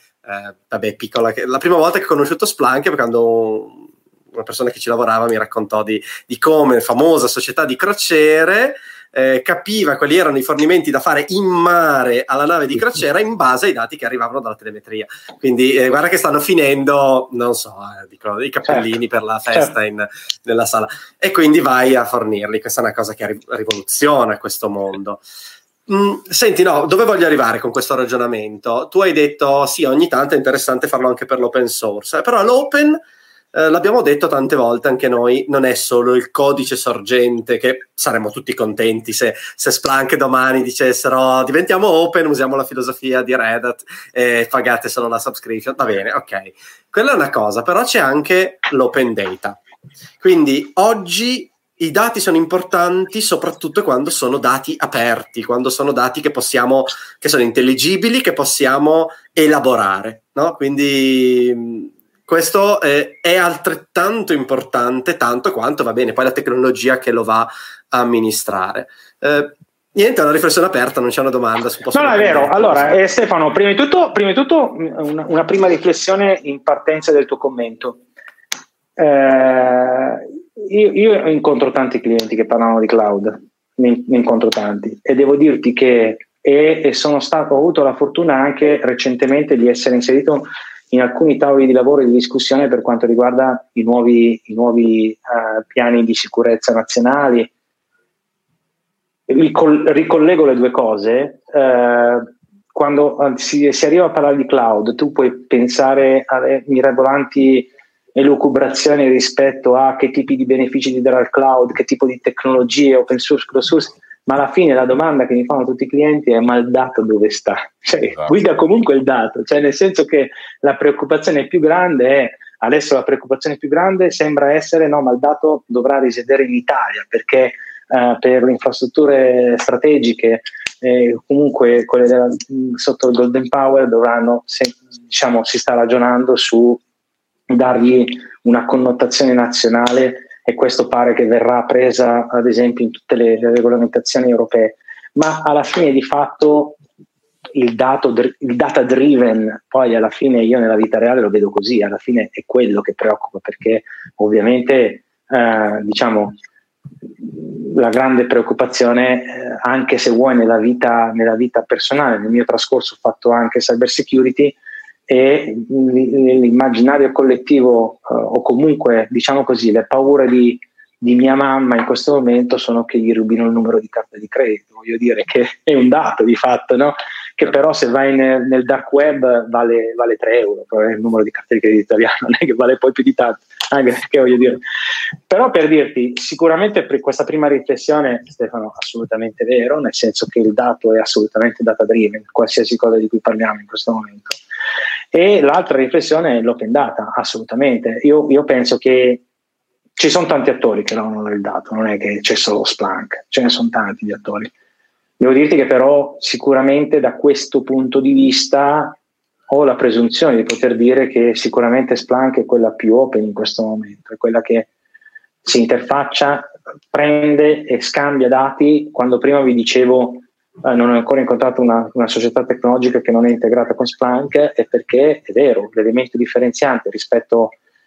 la prima volta che ho conosciuto Splunk, quando una persona che ci lavorava mi raccontò di come famosa società di crociere capiva quali erano i fornimenti da fare in mare alla nave di crociera in base ai dati che arrivavano dalla telemetria. Quindi guarda che stanno finendo, non so, dico, i cappellini per la festa nella sala, e quindi vai a fornirli. Questa è una cosa che rivoluziona questo mondo. Senti, no, dove voglio arrivare con questo ragionamento? Tu hai detto sì, ogni tanto è interessante farlo anche per l'open source, però l'open, l'abbiamo detto tante volte anche noi, non è solo il codice sorgente, che saremmo tutti contenti se Splunk domani dicessero diventiamo open, usiamo la filosofia di Red Hat e pagate solo la subscription, va bene, ok, quella è una cosa, però c'è anche l'open data. Quindi oggi i dati sono importanti soprattutto quando sono dati aperti, quando sono dati che sono intelligibili, che possiamo elaborare, no? Quindi questo è altrettanto importante, tanto quanto, va bene, poi la tecnologia che lo va a amministrare. Niente, è una riflessione aperta, non c'è una domanda. No, è vero. Allora, Stefano, prima di tutto una prima riflessione in partenza del tuo commento. Io incontro tanti clienti che parlano di cloud, ne incontro tanti, e devo dirti che ho avuto la fortuna anche recentemente di essere inserito in alcuni tavoli di lavoro e di discussione per quanto riguarda i nuovi piani di sicurezza nazionali. Ricollego le due cose. Quando si arriva a parlare di cloud, tu puoi pensare alle mirabolanti elucubrazioni rispetto a che tipi di benefici ti darà il cloud, che tipo di tecnologie, open source, closed source, ma alla fine la domanda che mi fanno tutti i clienti è: ma il dato dove sta? Cioè, guida comunque il dato, cioè nel senso che la preoccupazione più grande la preoccupazione più grande sembra essere no, ma il dato dovrà risiedere in Italia, perché per le infrastrutture strategiche comunque quelle sotto il Golden Power dovranno, si sta ragionando su dargli una connotazione nazionale, e questo pare che verrà presa ad esempio in tutte le regolamentazioni europee. Ma alla fine di fatto il data driven, poi alla fine io nella vita reale lo vedo così, alla fine è quello che preoccupa, perché ovviamente la grande preoccupazione, anche se vuoi nella vita personale, nel mio trascorso ho fatto anche cyber security, e l'immaginario collettivo o comunque diciamo così le paure di mia mamma in questo momento sono che gli rubino il numero di carta di credito. Voglio dire che è un dato di fatto, no? Che però se vai nel dark web vale 3 euro, però il numero di carta di credito italiano non è che vale poi più di tanto, anche che voglio dire. Però per dirti, sicuramente per questa prima riflessione, Stefano, assolutamente vero, nel senso che il dato è assolutamente data driven, qualsiasi cosa di cui parliamo in questo momento. E l'altra riflessione è l'open data, assolutamente. Io penso che ci sono tanti attori che lavorano nel dato, non è che c'è solo Splunk, ce ne sono tanti di attori. Devo dirti che però sicuramente da questo punto di vista ho la presunzione di poter dire che sicuramente Splunk è quella più open in questo momento, è quella che si interfaccia, prende e scambia dati. Quando prima vi dicevo non ho ancora incontrato una società tecnologica che non è integrata con Splunk, è perché è vero, l'elemento differenziante rispetto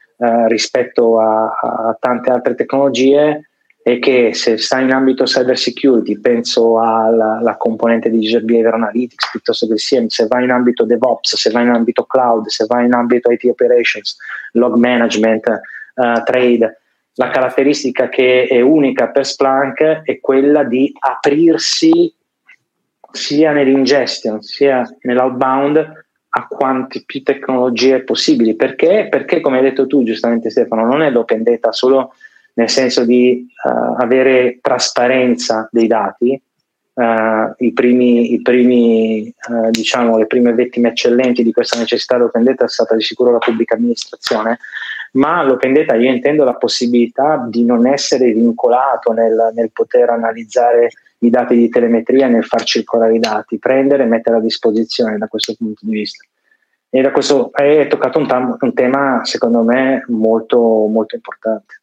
a tante altre tecnologie è che se stai in ambito cyber security, penso alla componente di User Behavior Analytics piuttosto che il SIEM, se vai in ambito DevOps, se vai in ambito cloud, se vai in ambito IT operations, log management, trade, La caratteristica che è unica per Splunk è quella di aprirsi sia nell'ingestion sia nell'outbound a quante più tecnologie possibili. Perché? Perché, come hai detto tu giustamente Stefano, non è l'open data solo nel senso di avere trasparenza dei dati. Le prime vittime eccellenti di questa necessità dell'open data è stata di sicuro la pubblica amministrazione, ma l'open data io intendo la possibilità di non essere vincolato nel poter analizzare i dati di telemetria, nel far circolare i dati, prendere e mettere a disposizione da questo punto di vista. E da questo hai toccato un tema secondo me molto, molto importante.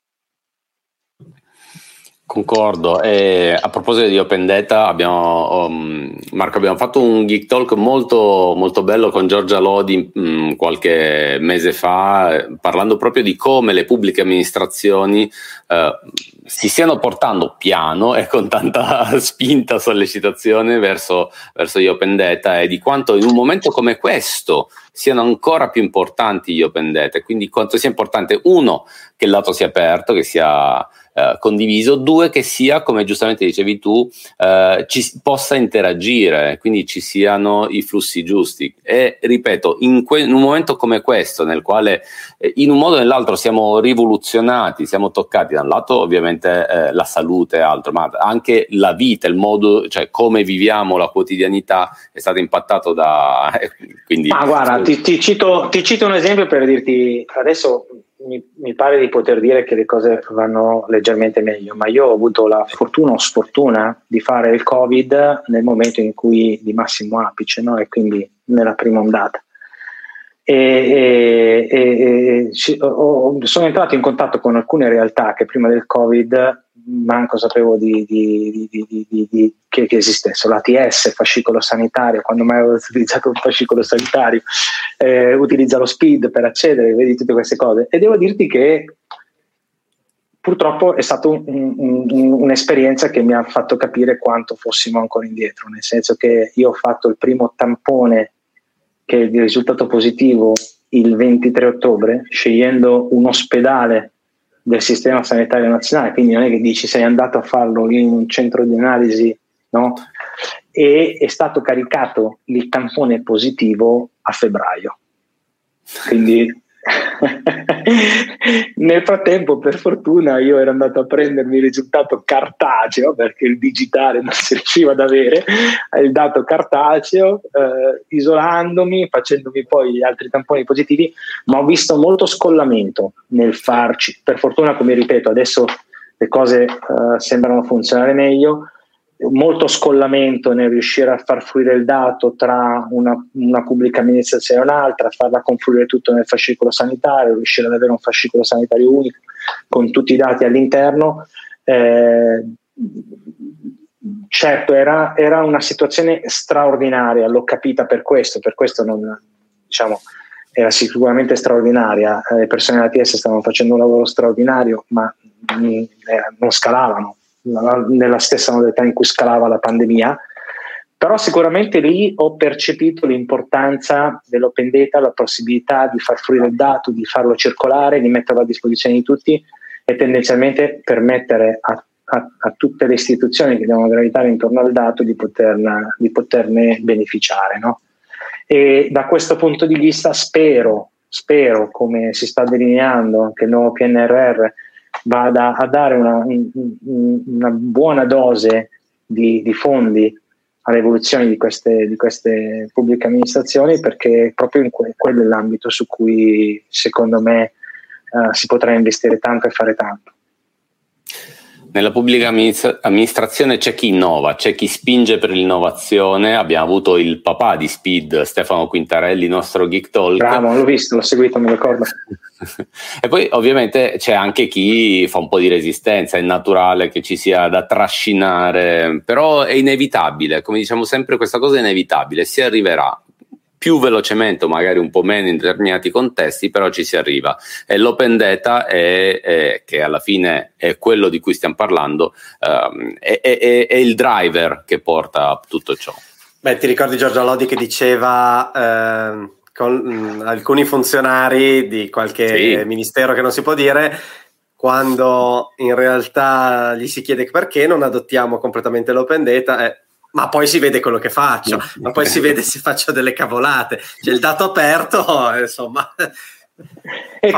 Concordo. E a proposito di Open Data, Marco, abbiamo fatto un Geek Talk molto, molto bello con Giorgia Lodi qualche mese fa, parlando proprio di come le pubbliche amministrazioni si stiano portando piano e con tanta spinta, sollecitazione verso gli Open Data, e di quanto in un momento come questo siano ancora più importanti gli Open Data, quindi quanto sia importante, uno, che il lato sia aperto, che sia condiviso, due, che sia, come giustamente dicevi tu, ci possa interagire, quindi ci siano i flussi giusti. E ripeto, in un momento come questo, nel quale in un modo o nell'altro siamo rivoluzionati, siamo toccati da un lato ovviamente la salute e altro, ma anche la vita, il modo, cioè come viviamo la quotidianità è stato impattato da quindi. Ma guarda, ti cito un esempio per dirti, adesso mi pare di poter dire che le cose vanno leggermente meglio, ma io ho avuto la fortuna o sfortuna di fare il Covid nel momento in cui di massimo apice, no? E quindi nella prima ondata. Sono entrato in contatto con alcune realtà che prima del Covid manco sapevo che esistesse. L'ATS, fascicolo sanitario, quando mai avevo utilizzato un fascicolo sanitario, utilizza lo SPID per accedere, vedi tutte queste cose. E devo dirti che purtroppo è stata un'esperienza che mi ha fatto capire quanto fossimo ancora indietro, nel senso che io ho fatto il primo tampone che è il risultato positivo il 23 ottobre, scegliendo un ospedale del sistema sanitario nazionale, quindi non è che dici sei andato a farlo in un centro di analisi, no? E è stato caricato il tampone positivo a febbraio. Quindi nel frattempo, per fortuna, io ero andato a prendermi il risultato cartaceo, perché il digitale non si riusciva ad avere il dato cartaceo, isolandomi, facendomi poi gli altri tamponi positivi, ma ho visto molto scollamento nel farci. Per fortuna, come ripeto, adesso le cose sembrano funzionare meglio, molto scollamento nel riuscire a far fluire il dato tra una pubblica amministrazione e un'altra, farla confluire tutto nel fascicolo sanitario, riuscire ad avere un fascicolo sanitario unico con tutti i dati all'interno. Certo, era una situazione straordinaria, l'ho capita per questo non, diciamo, era sicuramente straordinaria, le persone dell'ATS stavano facendo un lavoro straordinario, ma non scalavano nella stessa modalità in cui scalava la pandemia. Però sicuramente lì ho percepito l'importanza dell'open data, la possibilità di far fluire il dato, di farlo circolare, di metterlo a disposizione di tutti e tendenzialmente permettere a tutte le istituzioni che devono gravitare intorno al dato di poterne beneficiare, no? E da questo punto di vista spero, come si sta delineando, che il nuovo PNRR vada a dare una buona dose di fondi all'evoluzione di queste pubbliche amministrazioni, perché proprio quello è l'ambito su cui secondo me si potrà investire tanto e fare tanto. Nella pubblica amministrazione c'è chi innova, c'è chi spinge per l'innovazione. Abbiamo avuto il papà di Speed, Stefano Quintarelli, nostro Geek Talk. Bravo, l'ho visto, l'ho seguito, mi ricordo. E poi ovviamente c'è anche chi fa un po' di resistenza, è naturale che ci sia da trascinare, però è inevitabile, come diciamo sempre, questa cosa è inevitabile, si arriverà. Più velocemente o magari un po' meno in determinati contesti, però ci si arriva. E l'open data che alla fine è quello di cui stiamo parlando, è il driver che porta a tutto ciò. Beh, ti ricordi Giorgia Lodi che diceva con alcuni funzionari di qualche ministero che non si può dire, quando in realtà gli si chiede perché non adottiamo completamente l'open data, ma poi si vede quello che faccio, ma poi si vede se faccio delle cavolate, c'è il dato aperto, insomma. E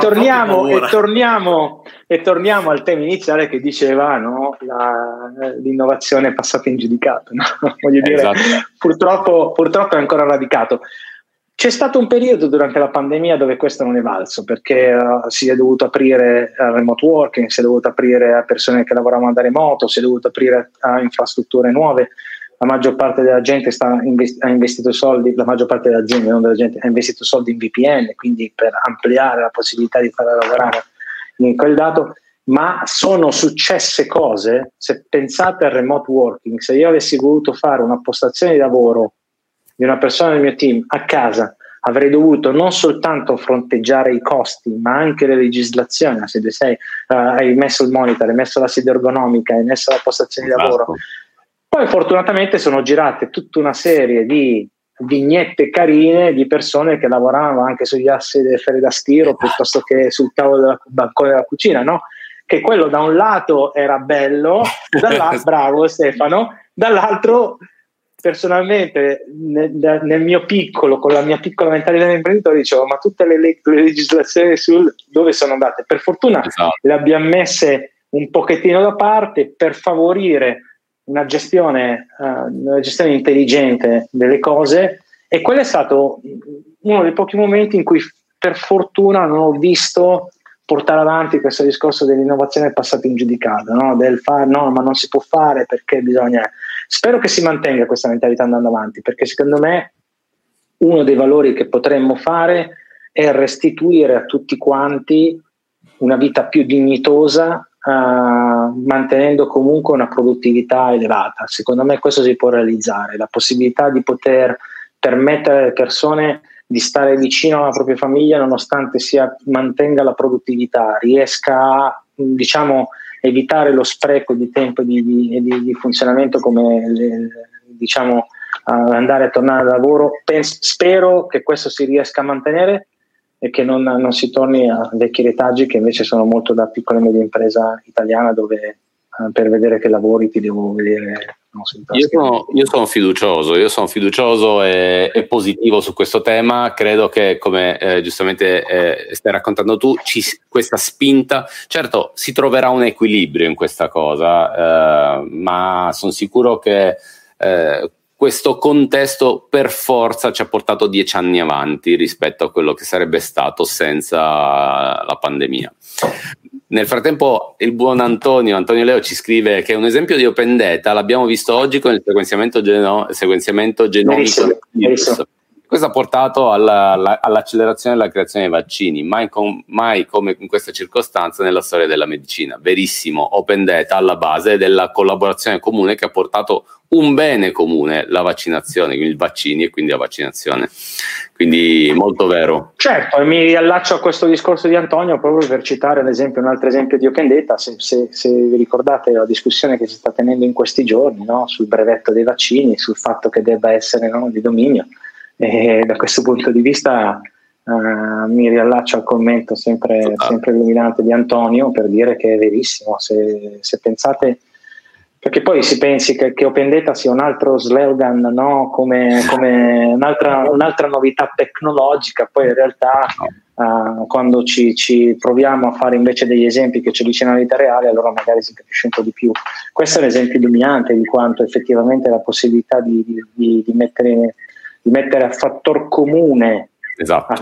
torniamo al tema iniziale che diceva, no, l'innovazione è passata in giudicato, no? Voglio dire, esatto. purtroppo è ancora radicato. C'è stato un periodo durante la pandemia dove questo non è valso, perché si è dovuto aprire al remote working, si è dovuto aprire a persone che lavoravano da remoto, si è dovuto aprire a infrastrutture nuove. La maggior parte della gente ha investito soldi, la maggior parte delle aziende, non della gente, ha investito soldi in VPN, quindi per ampliare la possibilità di fare lavorare in quel dato. Ma sono successe cose, se pensate al remote working, se io avessi voluto fare una postazione di lavoro di una persona del mio team a casa, avrei dovuto non soltanto fronteggiare i costi, ma anche le legislazioni. Hai messo il monitor, hai messo la sedia ergonomica, hai messo la postazione di lavoro. Poi fortunatamente sono girate tutta una serie di vignette carine di persone che lavoravano anche sugli assi delle ferre da stiro piuttosto che sul tavolo del bancone della cucina, no? Che quello da un lato era bello, bravo Stefano, dall'altro personalmente nel mio piccolo, con la mia piccola mentalità di imprenditore, dicevo ma tutte le legislazioni dove sono andate? Per fortuna le abbiamo messe un pochettino da parte per favorire una gestione intelligente delle cose, e quello è stato uno dei pochi momenti in cui per fortuna non ho visto portare avanti questo discorso dell'innovazione passata in giudicato, no? Del fare no, ma non si può fare perché bisogna. Spero che si mantenga questa mentalità andando avanti, perché secondo me uno dei valori che potremmo fare è restituire a tutti quanti una vita più dignitosa, mantenendo comunque una produttività elevata. Secondo me questo si può realizzare, la possibilità di poter permettere alle persone di stare vicino alla propria famiglia nonostante mantenga la produttività, riesca a evitare lo spreco di tempo e di funzionamento, come andare e tornare al lavoro. Spero che questo si riesca a mantenere e che non si torni a vecchi retaggi che invece sono molto da piccola e media impresa italiana, dove per vedere che lavori ti devo vedere. Io sono fiducioso e positivo su questo tema. Credo che, come giustamente stai raccontando tu, questa spinta, certo si troverà un equilibrio in questa cosa, ma sono sicuro che questo contesto per forza ci ha portato 10 anni avanti rispetto a quello che sarebbe stato senza la pandemia. Nel frattempo il buon Antonio Leo ci scrive che un esempio di open data l'abbiamo visto oggi con il sequenziamento genomico. Questo ha portato all'accelerazione della creazione dei vaccini, mai come in questa circostanza nella storia della medicina. Verissimo, open data alla base della collaborazione comune che ha portato un bene comune, la vaccinazione, quindi i vaccini e quindi la vaccinazione. Quindi molto vero. Certo, e mi riallaccio a questo discorso di Antonio proprio per citare un altro esempio di open data. Se vi ricordate la discussione che si sta tenendo in questi giorni, no? Sul brevetto dei vaccini, sul fatto che debba essere di dominio. E da questo punto di vista mi riallaccio al commento sempre illuminante di Antonio per dire che è verissimo. Se pensate, perché poi si pensi che open data sia un altro slogan, no? come un'altra novità tecnologica, poi in realtà quando ci proviamo a fare invece degli esempi che ci avvicinano alla vita reale, allora magari si capisce un po' di più. Questo è un esempio illuminante di quanto effettivamente la possibilità di mettere a fattor comune, esatto,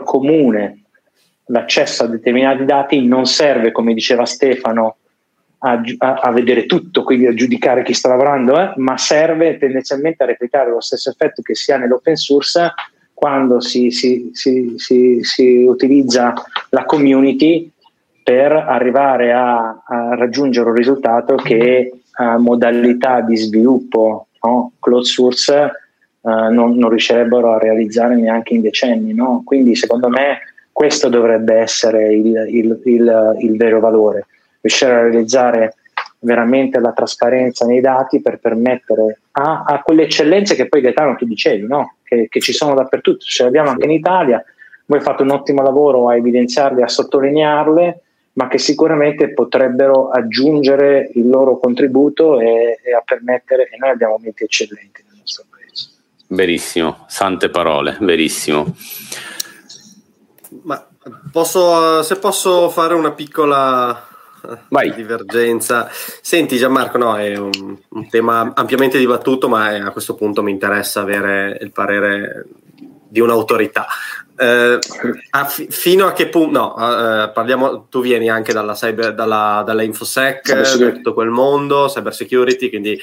l'accesso a determinati dati non serve, come diceva Stefano, a vedere tutto, quindi a giudicare chi sta lavorando, ma serve tendenzialmente a replicare lo stesso effetto che si ha nell'open source quando si utilizza la community per arrivare a raggiungere un risultato che modalità di sviluppo, no? Closed source non riuscirebbero a realizzare neanche in decenni, no? Quindi secondo me questo dovrebbe essere il vero valore, riuscire a realizzare veramente la trasparenza nei dati per permettere a quelle eccellenze che poi, Gaetano, tu dicevi, no? Che ci sono dappertutto, ce le abbiamo anche in Italia. Voi fate un ottimo lavoro a evidenziarle, a sottolinearle, ma che sicuramente potrebbero aggiungere il loro contributo e a permettere, e noi abbiamo menti eccellenti nel nostro paese. Verissimo, sante parole, verissimo. Ma se posso fare una piccola divergenza. Senti Gianmarco, no, è un tema ampiamente dibattuto, ma a questo punto mi interessa avere il parere di un'autorità. Fino a che punto parliamo, tu vieni anche dalla InfoSec, da tutto quel mondo, cyber security, quindi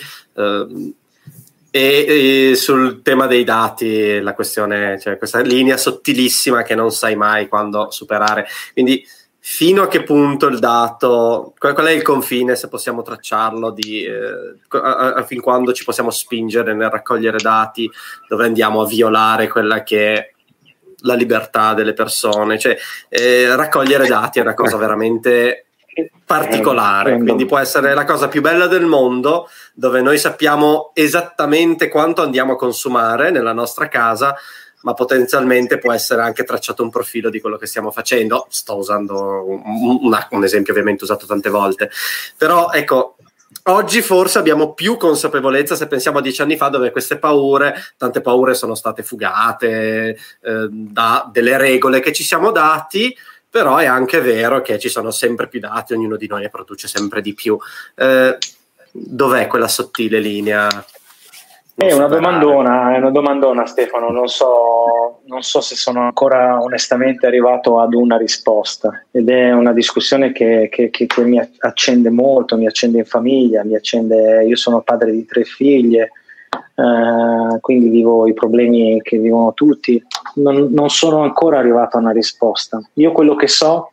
e sul tema dei dati, la questione, cioè questa linea sottilissima che non sai mai quando superare, quindi fino a che punto il dato, qual è il confine, se possiamo tracciarlo, fin quando ci possiamo spingere nel raccogliere dati, dove andiamo a violare quella che è la libertà delle persone, cioè raccogliere dati è una cosa veramente particolare, quindi può essere la cosa più bella del mondo, dove noi sappiamo esattamente quanto andiamo a consumare nella nostra casa, ma potenzialmente può essere anche tracciato un profilo di quello che stiamo facendo. Sto usando un esempio ovviamente usato tante volte, però ecco, oggi forse abbiamo più consapevolezza, se pensiamo a 10 anni fa, dove tante paure sono state fugate da delle regole che ci siamo dati, però è anche vero che ci sono sempre più dati, ognuno di noi ne produce sempre di più. Dov'è quella sottile linea? È una domandona Stefano, non so se sono ancora onestamente arrivato ad una risposta, ed è una discussione che mi accende molto, mi accende in famiglia, io sono padre di 3 figlie, quindi vivo i problemi che vivono tutti, non sono ancora arrivato a una risposta. Io quello che so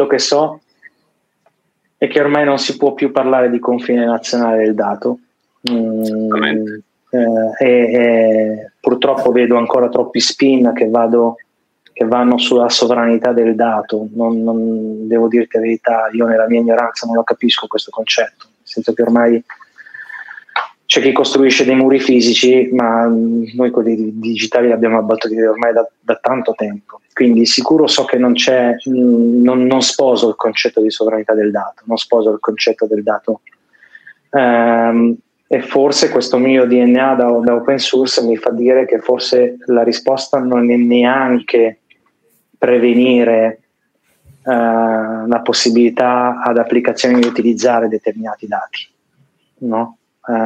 è che ormai non si può più parlare di confine nazionale del dato. Purtroppo vedo ancora troppi spin che vanno sulla sovranità del dato. Non devo dirti la verità, io nella mia ignoranza non lo capisco questo concetto, nel senso che ormai c'è chi costruisce dei muri fisici, ma noi quelli digitali li abbiamo abbattuti ormai da tanto tempo, quindi sicuro so che non sposo il concetto di sovranità del dato, non sposo il concetto del dato, e forse questo mio DNA da open source mi fa dire che forse la risposta non è neanche prevenire la possibilità ad applicazioni di utilizzare determinati dati, no?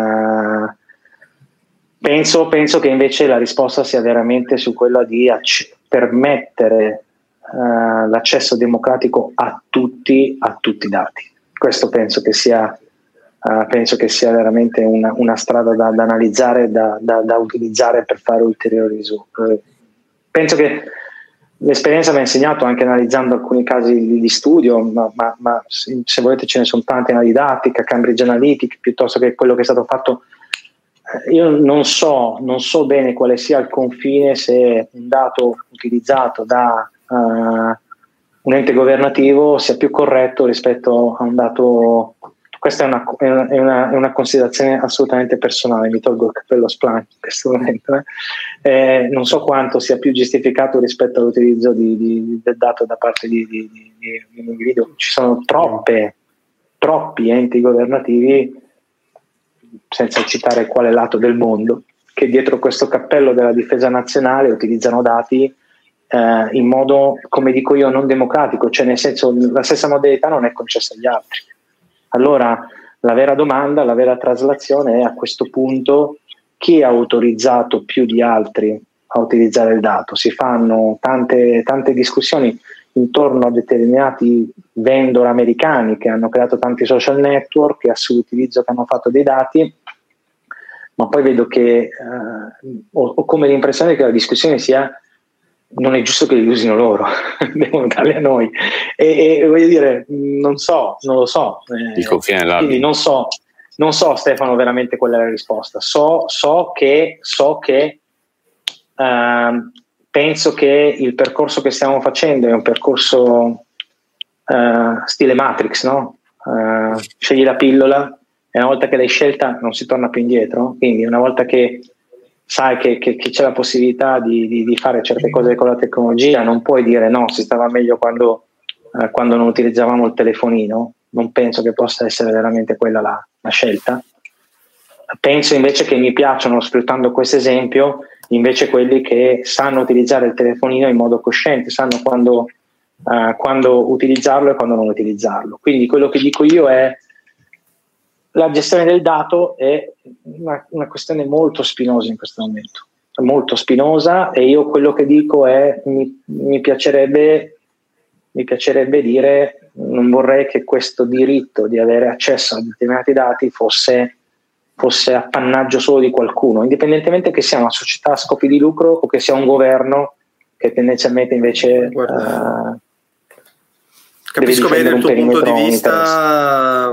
Penso che invece la risposta sia veramente su quella di permettere l'accesso democratico a tutti i dati. Questo penso che sia veramente una strada da analizzare, da utilizzare per fare ulteriori risultati. Penso che l'esperienza mi ha insegnato, anche analizzando alcuni casi di studio, ma se volete ce ne sono tanti, di didattica, Cambridge Analytica, piuttosto che quello che è stato fatto. Io non so bene quale sia il confine, se un dato utilizzato da un ente governativo sia più corretto rispetto a un dato. Questa è una considerazione assolutamente personale, mi tolgo il cappello Splunk in questo momento. Non so quanto sia più giustificato rispetto all'utilizzo del dato da parte di un individuo. Ci sono troppi enti governativi, senza citare quale lato del mondo, che dietro questo cappello della difesa nazionale utilizzano dati in modo, come dico io, non democratico, cioè nel senso la stessa modalità non è concessa agli altri. Allora la vera domanda, la vera traslazione è, a questo punto, chi ha autorizzato più di altri a utilizzare il dato? Si fanno tante discussioni intorno a determinati vendor americani che hanno creato tanti social network e sull'utilizzo che hanno fatto dei dati, ma poi vedo che ho come l'impressione che la discussione sia: non è giusto che li usino loro, devono darli a noi, e voglio dire, non lo so, quindi non so Stefano veramente qual è la risposta. So che penso che il percorso che stiamo facendo è un percorso stile Matrix, no? Scegli la pillola e una volta che l'hai scelta non si torna più indietro, quindi una volta che sai che c'è la possibilità di fare certe cose con la tecnologia, non puoi dire no, si stava meglio quando quando non utilizzavamo il telefonino. Non penso che possa essere veramente quella la scelta. Penso invece che mi piacciono, sfruttando questo esempio, invece quelli che sanno utilizzare il telefonino in modo cosciente, sanno quando utilizzarlo e quando non utilizzarlo. Quindi quello che dico io è: la gestione del dato è una questione molto spinosa in questo momento, molto spinosa, e io quello che dico è mi piacerebbe dire, non vorrei che questo diritto di avere accesso a determinati dati fosse appannaggio solo di qualcuno, indipendentemente che sia una società a scopi di lucro o che sia un governo che tendenzialmente invece capisco bene il tuo punto di vista.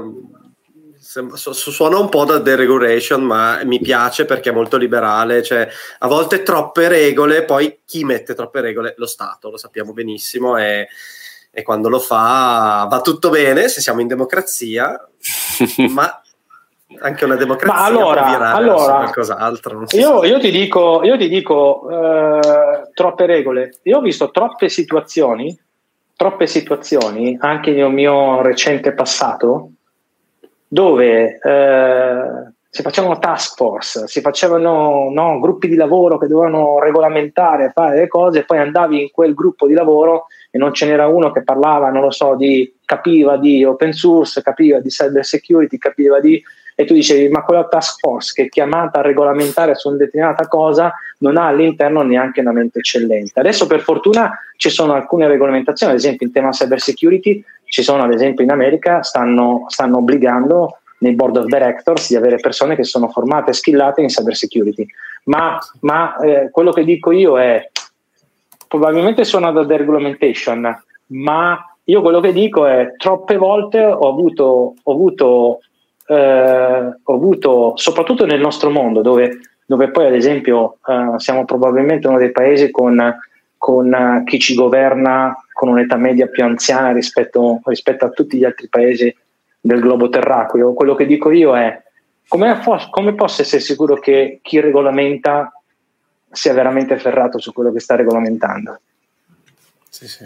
Suona un po' da deregulation, ma mi piace perché è molto liberale, cioè a volte troppe regole, poi chi mette troppe regole? Lo Stato, lo sappiamo benissimo, e quando lo fa va tutto bene se siamo in democrazia, ma anche una democrazia può virare verso qualcos'altro. Io ti dico troppe regole. Io ho visto troppe situazioni anche nel mio recente passato, dove si facevano task force, si facevano gruppi di lavoro che dovevano regolamentare, fare le cose, e poi andavi in quel gruppo di lavoro e non ce n'era uno che parlava, capiva di open source, capiva di cyber security, e tu dicevi: ma quella task force che è chiamata a regolamentare su una determinata cosa non ha all'interno neanche una mente eccellente. Adesso per fortuna ci sono alcune regolamentazioni, ad esempio in tema cyber security ci sono, ad esempio in America stanno obbligando nei board of directors di avere persone che sono formate e skillate in cyber security, ma quello che dico io è: probabilmente suona da deregulation, ma io quello che dico è: troppe volte ho avuto soprattutto nel nostro mondo, dove poi ad esempio siamo probabilmente uno dei paesi con chi ci governa con un'età media più anziana rispetto a tutti gli altri paesi del globo terracqueo. Quello che dico io è: come posso essere sicuro che chi regolamenta sia veramente ferrato su quello che sta regolamentando? Sì.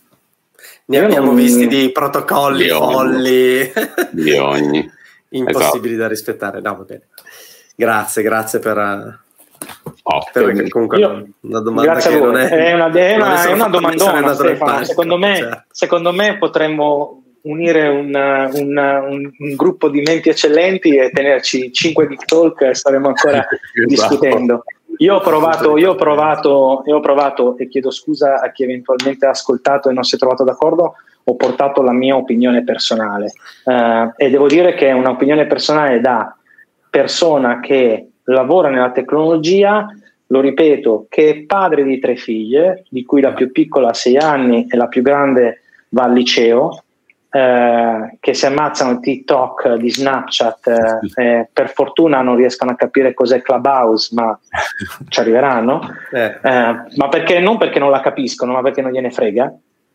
Ne abbiamo visti di protocolli folli di ogni impossibili da rispettare. No, va bene. Grazie per comunque una domanda grazie che non è una domandona, Stefano. Certo. Secondo me potremmo unire un gruppo di menti eccellenti e tenerci 5 deep talk e staremo ancora discutendo. Io ho provato, e chiedo scusa a chi eventualmente ha ascoltato e non si è trovato d'accordo, ho portato la mia opinione personale, e devo dire che è un'opinione personale da persona che lavora nella tecnologia, lo ripeto, che è padre di 3 figlie, di cui la più piccola ha 6 anni e la più grande va al liceo, che si ammazzano il TikTok di Snapchat, per fortuna non riescono a capire cos'è Clubhouse, ma ci arriveranno, ma non perché non la capiscono, ma perché non gliene frega,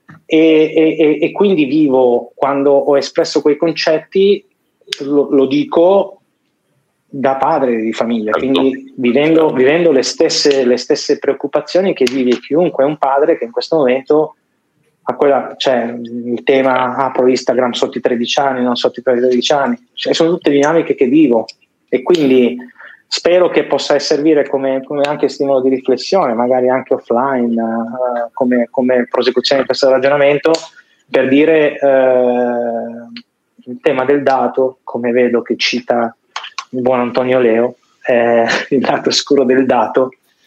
e quindi vivo, quando ho espresso quei concetti, lo dico da padre di famiglia, quindi vivendo le stesse preoccupazioni che vive chiunque è un padre che in questo momento a quella, cioè il tema apro Instagram sotto i 13 anni, non sotto i 13 anni, cioè, sono tutte dinamiche che vivo, e quindi spero che possa servire come anche stimolo di riflessione, magari anche offline, come prosecuzione di questo ragionamento, per dire il tema del dato, come vedo che cita il buon Antonio Leo, il lato oscuro del dato.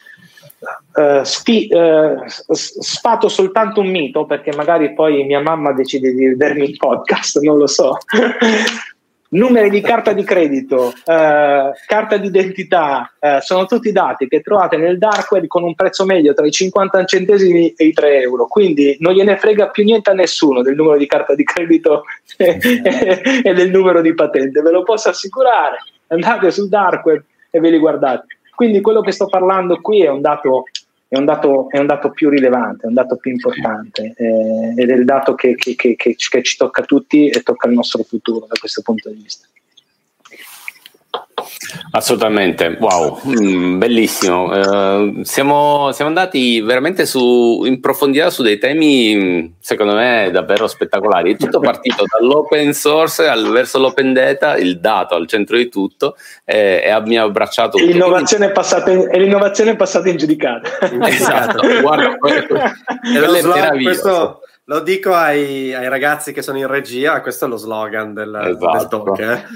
Sfato soltanto un mito, perché magari poi mia mamma decide di vedermi il podcast, non lo so. Numeri di carta di credito, carta d'identità, sono tutti dati che trovate nel dark web con un prezzo medio tra i 50 centesimi e i 3 euro, quindi non gliene frega più niente a nessuno del numero di carta di credito e del numero di patente, ve lo posso assicurare. Andate sul dark web e ve li guardate. Quindi quello che sto parlando qui è un dato più rilevante, è un dato più importante, ed è il dato che ci tocca a tutti e tocca il nostro futuro da questo punto di vista. Assolutamente, wow, bellissimo. Siamo andati veramente in profondità su dei temi, secondo me, davvero spettacolari. È tutto partito dall'open source verso l'open data, il dato al centro di tutto, e abbiamo abbracciato tutto. L'innovazione è passata in giudicata. Esatto, guarda, quello è meraviglioso. Lo dico ai ragazzi che sono in regia, questo è lo slogan del talk.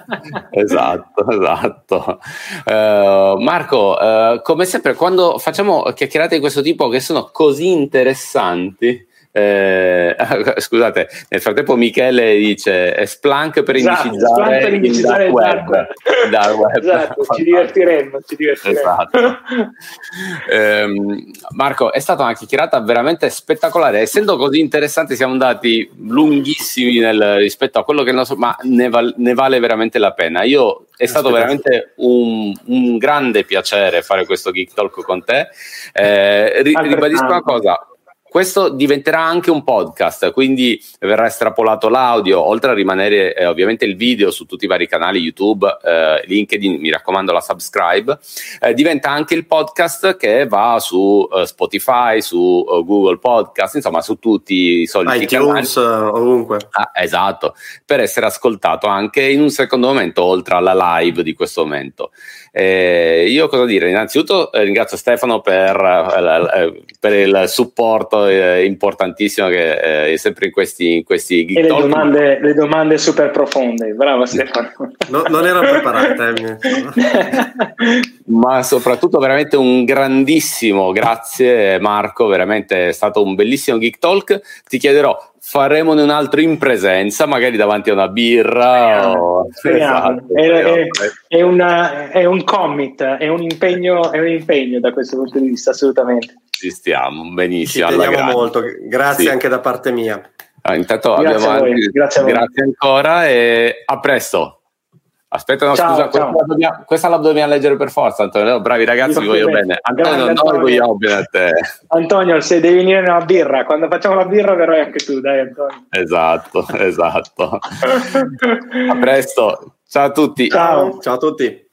Esatto. Marco, come sempre, quando facciamo chiacchierate di questo tipo che sono così interessanti, scusate, nel frattempo Michele dice Splunk per indicizzare il dark web. Esatto, ci divertiremmo. Esatto. Marco, è stata una chiacchierata veramente spettacolare, essendo così interessante siamo andati lunghissimi rispetto a quello che è il nostro, ma ne vale veramente la pena. È stato veramente un grande piacere fare questo Geek Talk con te. Ribadisco una cosa: questo diventerà anche un podcast, quindi verrà estrapolato l'audio, oltre a rimanere ovviamente il video su tutti i vari canali YouTube, LinkedIn, mi raccomando la subscribe, diventa anche il podcast che va su Spotify, su Google Podcast, insomma su tutti i soliti iTunes, canali. Ovunque. Esatto, per essere ascoltato anche in un secondo momento, oltre alla live di questo momento. Io cosa dire? Innanzitutto ringrazio Stefano per il supporto importantissimo che è sempre in questi Geek Talk. Le domande super profonde, bravo Stefano. Non ero preparato. Ma soprattutto veramente un grandissimo grazie Marco, veramente è stato un bellissimo Geek Talk. Ti chiederò, faremone un altro in presenza, magari davanti a una birra. Esatto. È un commit, è un impegno da questo punto di vista, assolutamente. Ci stiamo, benissimo. Ci teniamo molto, grazie anche da parte mia. Intanto grazie ancora e a presto. Aspetta, scusa, questa la dobbiamo leggere per forza, Antonio. Bravi ragazzi, vi voglio bene. Antonio, noi vogliamo bene a te. Antonio, se devi venire nella birra, quando facciamo la birra verrai anche tu, dai Antonio. Esatto. A presto. Ciao a tutti. Ciao a tutti.